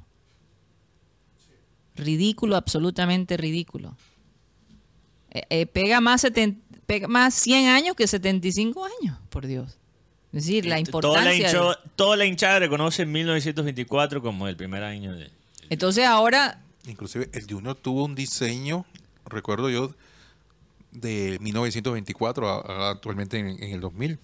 Ridículo, absolutamente ridículo. Eh, eh, pega más seten- pega más cien años que setenta y cinco años, por Dios. Es decir, la Toda la, importancia. hincho- de- toda la hinchada reconoce mil novecientos veinticuatro como el primer año de... Entonces ahora Inclusive el Junior tuvo un diseño, recuerdo yo, de mil novecientos veinticuatro a- a- actualmente en, en el dos mil.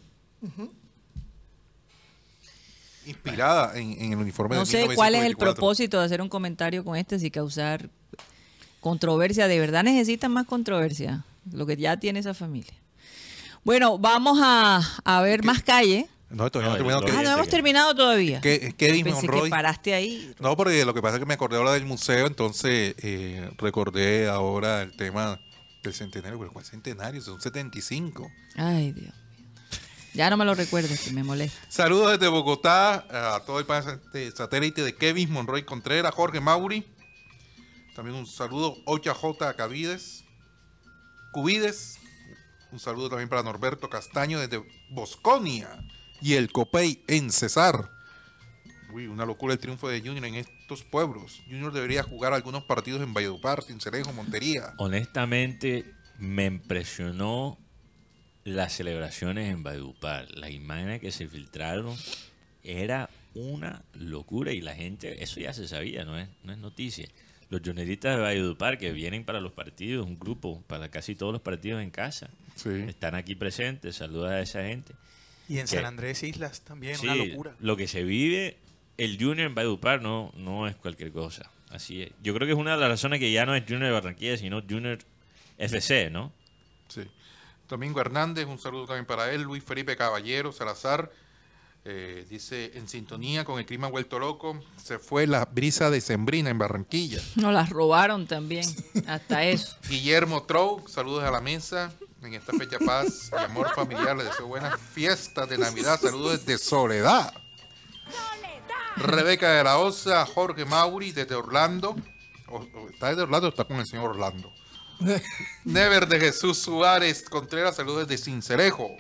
Inspirada en, en el uniforme no de sé cuál es el mil novecientos veinticuatro. propósito de hacer un comentario con este sin causar controversia. ¿De verdad necesitan más controversia? Lo que ya tiene esa familia. Bueno, vamos a, a ver más calle. No, todavía no, No, he terminado. lo- que- Ah, no Fíjate hemos que- terminado todavía. que- Kevin Pensé Monroy. que paraste ahí. No, porque lo que pasa es que me acordé ahora del museo, entonces eh, recordé ahora el tema del centenario. Pero ¿cuál centenario? Son setenta y cinco. Ay, Dios mío. Ya no me lo recuerdes, que me molesta. Saludos desde Bogotá a todo el país de satélite de Kevin Monroy Contreras, Jorge Mauri. También un saludo, Ocha J. Cavides, Cubides. Un saludo también para Norberto Castaño desde Bosconia y el Copey en Cesar. Uy, una locura el triunfo de Junior en estos pueblos. Junior debería jugar algunos partidos en Valledupar, Cincelejo, Montería. Honestamente, me impresionó las celebraciones en Valledupar. Las imágenes que se filtraron era una locura y la gente, eso ya se sabía, no es, no es noticia. Los junioritas de Valledupar que vienen para los partidos, un grupo para casi todos los partidos en casa, Sí. están aquí presentes, saluda a esa gente. Y en ¿Qué? San Andrés Islas también, Sí, una locura. lo que se vive el Junior en Valledupar no, no es cualquier cosa. Así es. Yo creo que es una de las razones que ya no es Junior de Barranquilla, sino Junior F C, ¿no? Sí. Domingo Hernández, un saludo también para él. Luis Felipe Caballero, Salazar, eh, dice, en sintonía con el clima vuelto loco, se fue la brisa decembrina en Barranquilla. Nos las robaron también, hasta eso. Guillermo Trou, saludos a la mesa. en esta fecha paz y amor familiar. Les deseo buenas fiestas de Navidad. Saludos desde Soledad. Rebeca de la Osa, Jorge Mauri desde Orlando. O- o- ¿Está desde Orlando o está con el señor Orlando? Never de Jesús Suárez Contreras, saludos desde Cincelejo.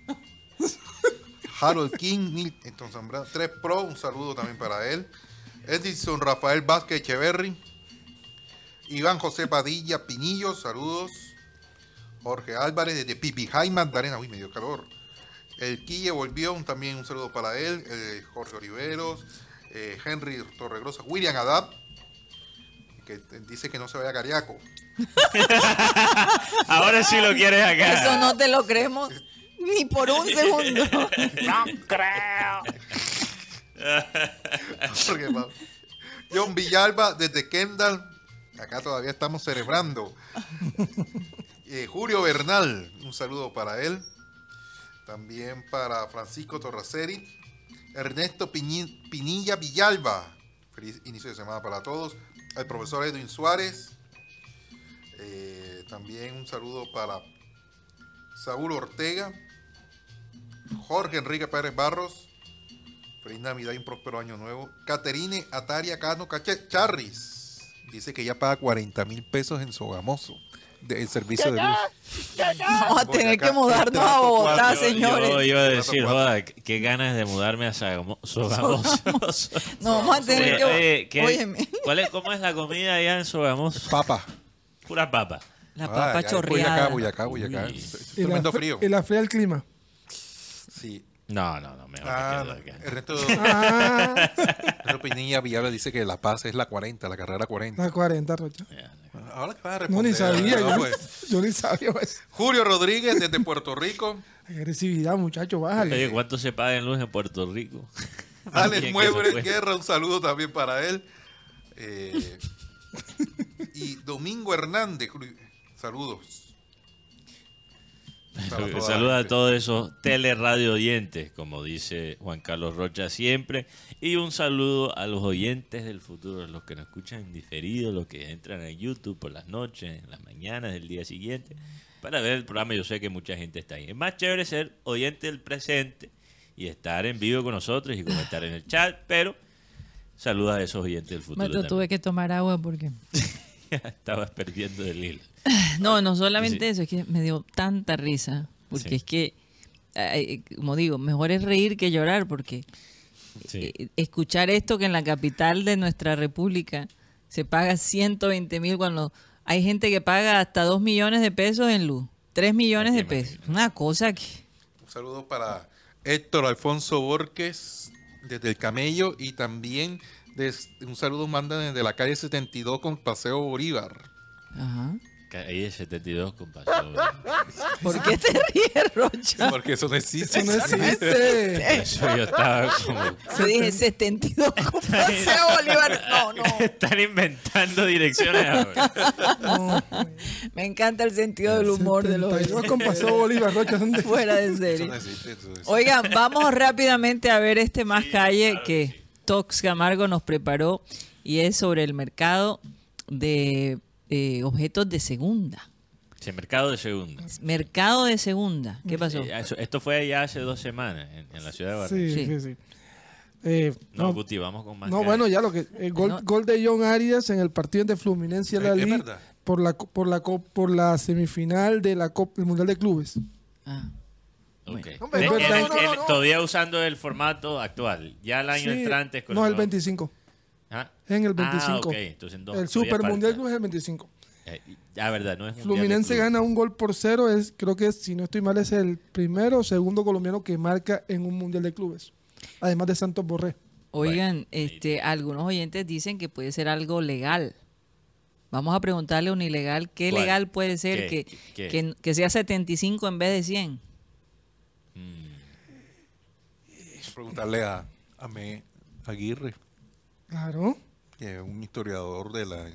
Harold King, Milton Zambrano, tres Pro, un saludo también para él. Edison Rafael Vázquez Echeverry. Iván José Padilla Pinillo, saludos. Jorge Álvarez desde Pipi Jaime Magdalena, uy, me dio calor. El Quille volvió, un- también un saludo para él. Eh, Jorge Oliveros, eh, Henry Torregrosa, William Adap, que eh, dice que no se vaya a Cariaco. Ahora sí lo quieres acá. Eso no te lo creemos ni por un segundo. Porque, pa- John Villalba desde Kendall, acá todavía estamos celebrando. Eh, Julio Bernal, un saludo para él. También para Francisco Torraceri. Ernesto Piñi- Pinilla Villalba, feliz inicio de semana para todos. El profesor Edwin Suárez. Eh, también un saludo para Saúl Ortega. Jorge Enrique Pérez Barros. Feliz Navidad y un próspero año nuevo. Caterine Ataria Cano Cache Charris. Dice que ya paga cuarenta mil pesos en Sogamoso. del servicio de luz. Vamos a tener que mudarnos a Bogotá, Yo- señores. Yo iba a decir, joda, qué qué ganas de mudarme a Sagamo- Sogamoso. No, vamos a tener que... Oye, ¿qué- Óyeme. ¿cuál es, ¿Cómo es la comida allá en Sogamoso? Papa. Pura papa. La Ah, papa ya, chorreada. Boyacá, Boyacá, Boyacá. Uy. Es Y la, Tremendo fr- frío. y la fría el clima. Sí. No, no, no, mejor Ah, me quedo acá. Ernesto, Ah, Ernesto Pinilla Villalba dice que La Paz es la cuarenta, la carrera cuarenta. la cuarenta, Rocha. Ahora que vas a No, responder. ni sabía. no, yo, pues. yo ni sabía eso. Julio Rodríguez desde Puerto Rico. Agresividad, muchacho, bájale. Oye, ¿cuánto se paga en luz en Puerto Rico? Alex Bien, Mueble que eso fue. Guerra, un saludo también para él. Eh, y Domingo Hernández, saludos. Para toda la Saluda a gente. todos esos teleradio oyentes, como dice Juan Carlos Rocha siempre. Y un saludo a los oyentes del futuro, los que nos escuchan en diferido, los que entran a YouTube por las noches, en las mañanas del día siguiente, para ver el programa. Yo sé que mucha gente está ahí. Es más chévere ser oyente del presente y estar en vivo con nosotros y comentar en el chat, pero saluda a esos oyentes del futuro. Mato, tuve también. que tomar agua porque... Estabas perdiendo el hilo. No, no solamente Sí. eso, es que me dio tanta risa. Porque Sí. es que, eh, como digo, mejor es reír que llorar, porque Sí. eh, escuchar esto que en la capital de nuestra república se paga ciento veinte mil cuando hay gente que paga hasta dos millones de pesos en luz, tres millones de pesos. Una cosa que... Un saludo para Héctor Alfonso Borges desde El Camello y también des- un saludo manda desde la calle setenta y dos con Paseo Bolívar. Ajá. Calle setenta y dos con Paseo. ¿Por qué te ríes, Rocha? Porque eso no existe. Eso no existe. Eso yo estaba como... Yo dije setenta y dos con Paseo Bolívar. No, no. Están inventando direcciones ahora. No, Me encanta el sentido del humor de los setenta y dos con Paseo Bolívar, Rocha. ¿dónde? fuera de Eso serie. no existe. Eso es- Oigan, vamos rápidamente a ver este más calle que Tox Camargo nos preparó y es sobre el mercado de eh, objetos de segunda. Sí, mercado de segunda. Mercado de segunda. ¿Qué pasó? Eh, eso- esto fue ya hace dos semanas en, en la ciudad de Barranquilla. Sí, Sí. sí, sí. Eh, No, no, Guti, vamos con más. no, calle. bueno, ya lo que. El gol, No. gol de John Arias en el partido entre Fluminense y Es- la es Liga verdad. por la, co- por, la, co- por la semifinal de la Copa del Mundial de Clubes. Ah. Ok. Hombre, En- no, en no, el- no, en- no, no. Todavía usando el formato actual. Ya el año Sí, entrante. con no, el nuevo- veinticinco. ¿Ah? En el Ah, veinticinco. ok, entonces no, el todavía Super falta. Mundial de Clubes es el veinticinco. Eh, ya, verdad, no es mundial de Fluminense clubes. gana un gol por cero. Es, creo que, si no estoy mal, es el primero o segundo colombiano que marca en un Mundial de Clubes. Además de Santos Borré. Oigan, este, algunos oyentes dicen que puede ser algo legal. Vamos a preguntarle a un ilegal qué ¿Cuál? legal puede ser ¿Qué? que, ¿Qué? que, que sea setenta y cinco en vez de cien. Preguntarle a, a Me Aguirre, Claro. que es un historiador de la.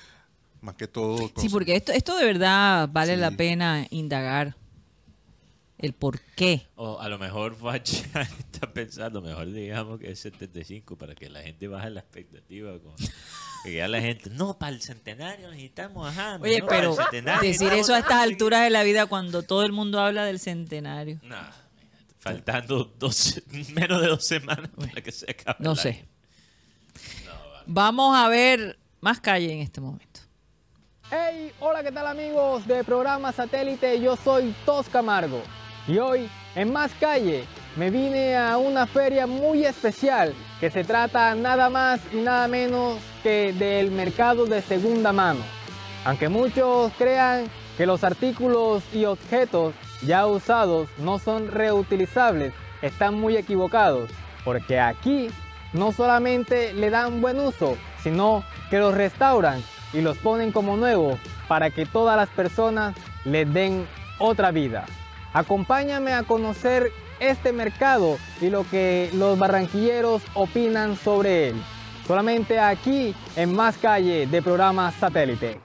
Más que todo. Sí, porque esto, esto de verdad vale Sí. la pena indagar. el por qué. O a lo mejor Facha está pensando, mejor digamos que es setenta y cinco para que la gente baje la expectativa. Con, que ya la gente, no, para el centenario necesitamos a James. Oye, no, para pero el centenario decir necesitamos eso a estas James". alturas de la vida cuando todo el mundo habla del centenario. No, faltando dos, menos de dos semanas para que se acabe. No el sé. año. Vamos a ver más calle en este momento. Hey, hola, ¿qué tal amigos de programa Satélite? Yo soy Tos Camargo y hoy en Más Calle me vine a una feria muy especial que se trata nada más y nada menos que del mercado de segunda mano. Aunque muchos crean que los artículos y objetos ya usados no son reutilizables, están muy equivocados, porque aquí no solamente le dan buen uso, sino que los restauran y los ponen como nuevos para que todas las personas les den otra vida. Acompáñame a conocer este mercado y lo que los barranquilleros opinan sobre él. Solamente aquí en Más Calle de programa Satélite.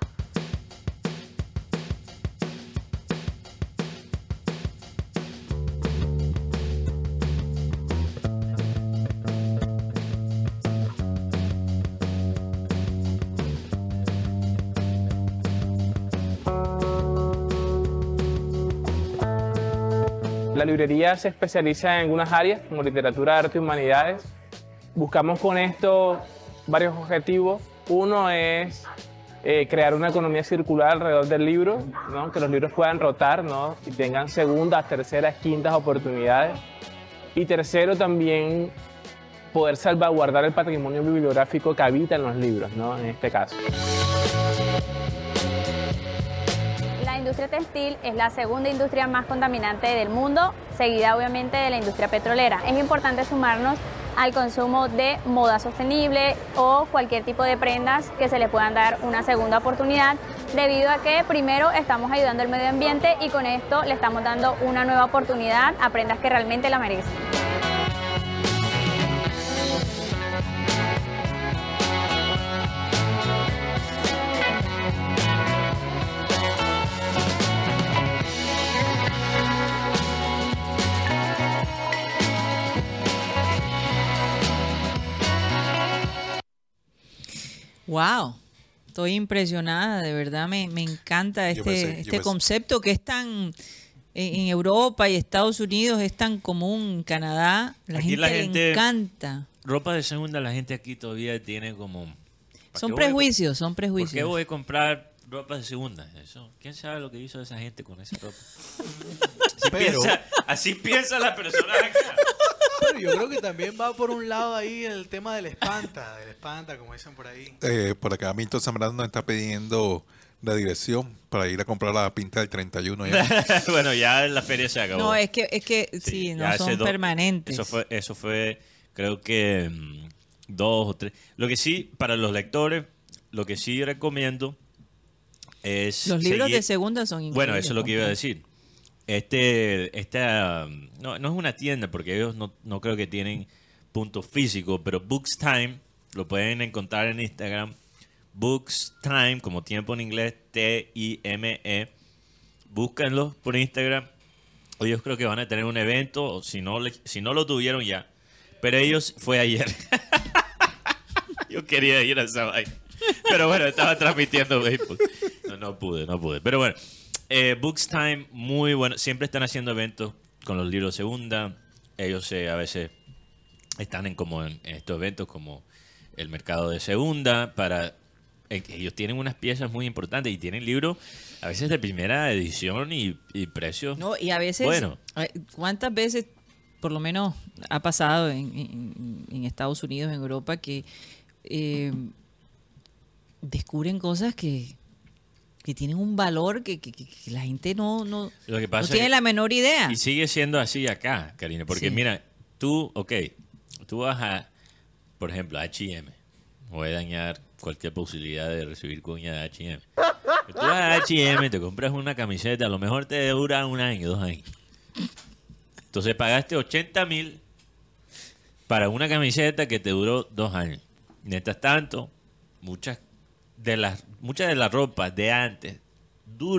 La librería se especializa en algunas áreas como literatura, arte y humanidades. Buscamos con esto varios objetivos. Uno es eh, crear una economía circular alrededor del libro, ¿no? Que los libros puedan rotar, ¿no? Y tengan segundas, terceras, quintas oportunidades. Y tercero, también poder salvaguardar el patrimonio bibliográfico que habita en los libros, ¿no? En este caso. La industria textil es la segunda industria más contaminante del mundo, seguida obviamente de la industria petrolera. Es importante sumarnos al consumo de moda sostenible o cualquier tipo de prendas que se le puedan dar una segunda oportunidad, debido a que primero estamos ayudando al medio ambiente y con esto le estamos dando una nueva oportunidad a prendas que realmente la merecen. Wow, estoy impresionada, de verdad me, me encanta este, pensé- yo este pensé- concepto que es tan, en, en Europa y Estados Unidos es tan común, en Canadá, la Aquí gente la le gente- encanta. Ropa de segunda, la gente aquí todavía tiene como... ¿para Son qué voy a- prejuicios, son ¿Por qué prejuicios. voy a comprar ropa de segunda? Eso, ¿quién sabe lo que hizo esa gente con esa ropa? Así, Pero- piensa, así piensa la persona acá. Pero yo creo que también va por un lado ahí el tema del espanta, del espanta, como dicen por ahí. Eh, por acá Milton Zambrano nos está pidiendo la dirección para ir a comprar la pinta del treinta y uno. Ya. Bueno, ya la feria se acabó. No, es que, es que sí, ya no hace son dos- permanentes. Eso fue, eso fue, creo que mm, dos o tres. Lo que sí, para los lectores, lo que sí recomiendo es... Los libros seguir- de segunda son increíbles. Bueno, eso es lo que iba a decir. Este, esta, no, no es una tienda porque ellos no, no creo que tienen punto físico, pero Books Time lo pueden encontrar en Instagram. Books Time, como tiempo en inglés, T I M E. Búscanlo por Instagram. Ellos creo que van a tener un evento, o si no, le- si no lo tuvieron ya. Pero ellos fue ayer. Yo quería ir a esa vaina. Pero bueno, estaba transmitiendo béisbol. No, no pude, no pude. Pero bueno, eh, Books Time, muy bueno. Siempre están haciendo eventos con los libros de segunda. Ellos eh, a veces están en como en estos eventos como el mercado de segunda. Para eh, ellos tienen unas piezas muy importantes y tienen libros a veces de primera edición y, y precios. No, y a veces, Bueno. eh, ¿cuántas veces, por lo menos, ha pasado en, en- en Estados Unidos, en Europa, que eh, descubren cosas que, que tienen un valor que, que- que- que la gente no, no, Lo que no pasa tiene es que- la menor idea? Y sigue siendo así acá, Karina, porque Sí. mira, tú, ok, tú vas a, por ejemplo, a H y M. Voy a dañar cualquier posibilidad de recibir cuña de H y M. Pero tú vas a H y M, te compras una camiseta, a lo mejor te dura un año, dos años. Entonces pagaste ochenta mil para una camiseta que te duró dos años. Mientras tanto, muchas de las muchas de la ropa de antes dura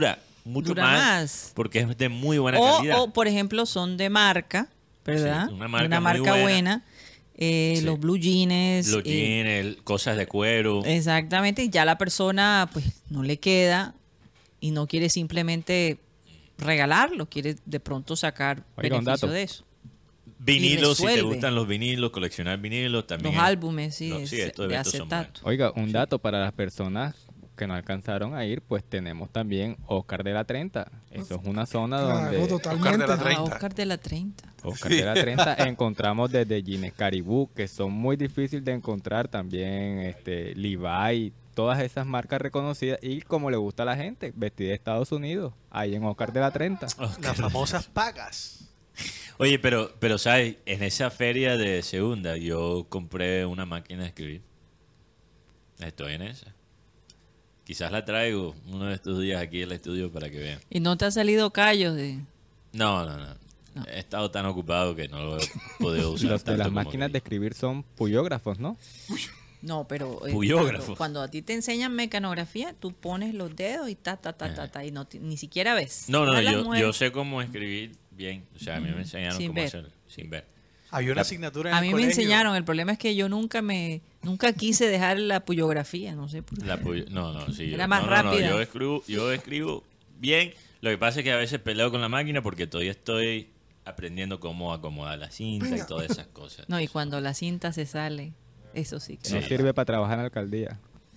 mucho Dura más, más. porque es de muy buena O, calidad. o, por ejemplo, son de marca, ¿verdad? Sí, una De marca una muy marca buena. buena. Eh, Sí. Los blue jeans. Los eh, jeans, el- cosas de cuero. Exactamente, y ya la persona pues no le queda y no quiere simplemente regalarlo, quiere de pronto sacar Oiga, un beneficio dato. de eso. Vinilos, si te resuelve. gustan los vinilos, coleccionar vinilos también. Los es- álbumes, sí, los- es- sí, estos de eventos son buenos. acetato. Oiga, un dato para las personas que no alcanzaron a ir, pues tenemos también Oscar de la treinta. Eso es una zona Claro, donde... totalmente. Oscar de la Ah, treinta. Oscar de la treinta. Oscar de la treinta encontramos desde Jeans Caribou, que son muy difíciles de encontrar, también este Levi, todas esas marcas reconocidas, y como le gusta a la gente, vestir de Estados Unidos, ahí en Oscar de la treinta. Las famosas pagas. Oye, pero, pero sabes, en esa feria de segunda yo compré una máquina de escribir. Estoy en esa. Quizás la traigo uno de estos días aquí al estudio para que vean. ¿Y no te ha salido callos de...? No, no, no. He estado tan ocupado que no lo he podido usar. Los de tanto las como máquinas de quería. escribir son puyógrafos, ¿no? No, pero eh, Puyógrafo. cuando, cuando a ti te enseñan mecanografía, tú pones los dedos y ta, ta, ta, ta, ta, y no, ti- ni siquiera ves. No, no, Todas las yo, mujeres- yo sé cómo escribir bien. O sea, a mí me enseñaron Sin cómo ver. hacerlo sin ver. Había una La- asignatura en A el mí me colegio. enseñaron, el problema es que yo nunca me, nunca quise dejar la puyografía, no sé por qué. La puy- no, no, sí. Era yo, más no, no, no, rápida. yo escribo, yo escribo bien. Lo que pasa es que a veces peleo con la máquina porque todavía estoy aprendiendo cómo acomodar la cinta y todas esas cosas. No, y cuando la cinta se sale, eso sí. que- No sirve para trabajar en la alcaldía.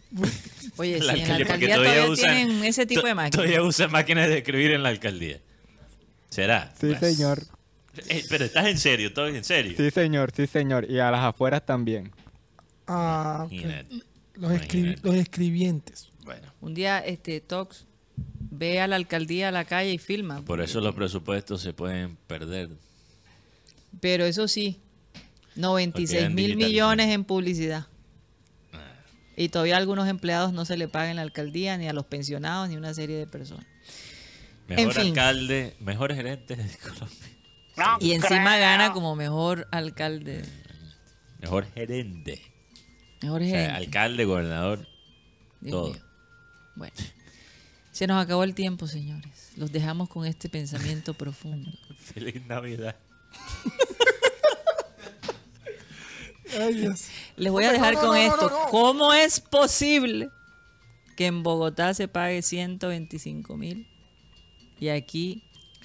Oye, La sí, en la alcaldía, porque alcaldía todavía, usan- tienen ese tipo to- de máquinas. Todavía usan máquinas de escribir en la alcaldía. ¿Será? Sí, Pues, señor. eh, pero estás en serio, todo en serio. Sí, señor, sí, señor. Y a las afueras también. Ah, ok. Imagínate. los, escri- Imagínate. los escribientes. Bueno, Un día, este, Tox, ve a la alcaldía a la calle y filma. por eso los presupuestos se pueden perder. Pero eso sí, noventa y Porque seis eran mil digitales, millones ¿no? en publicidad. Y todavía a algunos empleados no se le paga en la alcaldía, ni a los pensionados, ni una serie de personas. Mejor En fin. alcalde, mejor gerente de Colombia. Y encima gana como mejor alcalde. Mejor gerente. Mejor O sea, gerente. alcalde, gobernador, Dios todo. mío. Bueno, se nos acabó el tiempo, señores. Los dejamos con este pensamiento profundo. Feliz Navidad. Ay, Dios. Les voy a dejar con esto. ¿Cómo es posible que en Bogotá se pague ciento veinticinco mil y aquí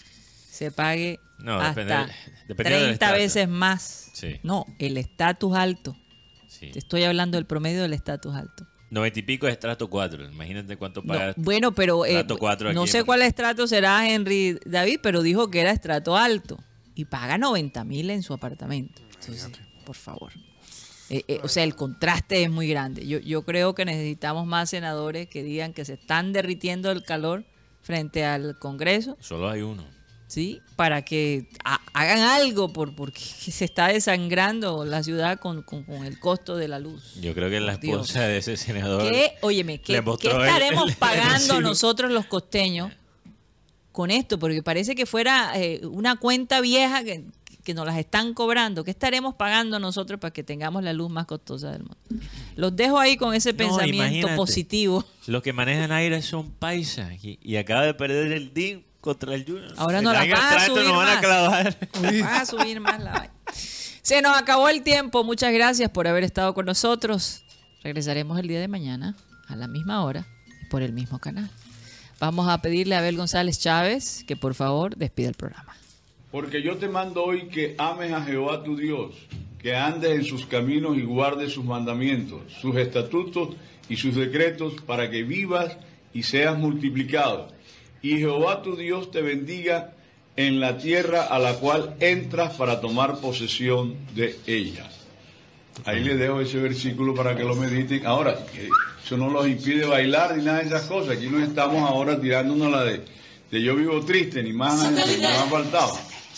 se pague No, hasta depende- dependiendo del treinta estrato. veces más? Sí. No, el estatus alto. Sí. Te estoy hablando del promedio del estatus alto. Noventa y pico es estrato cuatro. Imagínate cuánto No, paga. bueno, pero eh, Estrato cuatro no aquí sé en- cuál estrato será Henry David, pero dijo que era estrato alto y paga noventa mil en su apartamento. Entonces, por favor. Eh, eh, o sea, el contraste es muy grande. Yo, yo creo que necesitamos más senadores que digan que se están derritiendo el calor frente al Congreso, Solo hay uno. ¿sí? Para que ha- hagan algo por porque se está desangrando la ciudad con, con- con el costo de la luz. Yo creo que la Por Dios. esposa de ese senador. ¿Qué, óyeme, ¿qué, le qué mostró el- estaremos el- el pagando recibo. nosotros los costeños con esto? Porque parece que fuera eh, una cuenta vieja que, que nos las están cobrando. ¿Qué estaremos pagando nosotros para que tengamos la luz más costosa del mundo? Los dejo ahí con ese No, pensamiento imagínate. positivo. Los que manejan aire son paisas y, y acaba de perder el D I M contra el Junior. Ahora no El la año van a entrante subir nos van a más. clavar. Va a subir más la vaina. Se nos acabó el tiempo. Muchas gracias por haber estado con nosotros. Regresaremos el día de mañana a la misma hora y por el mismo canal. Vamos a pedirle a Abel González Chávez que por favor despida el programa. Porque yo te mando hoy que ames a Jehová tu Dios, que andes en sus caminos y guardes sus mandamientos, sus estatutos y sus decretos, para que vivas y seas multiplicado. Y Jehová tu Dios te bendiga en la tierra a la cual entras para tomar posesión de ella. Ahí les dejo ese versículo para que lo mediten. Ahora, que eso no los impide bailar ni nada de esas cosas. Aquí no estamos ahora tirándonos la de, de yo vivo triste, ni más, ni más ha faltado.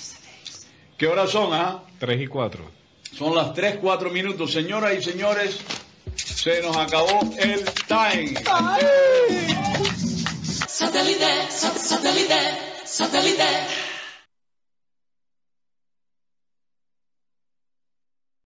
¿Qué horas son, ah? Tres y cuatro. Son las tres, cuatro minutos. Señoras y señores, se nos acabó el time. Satélite, satélite, satélite.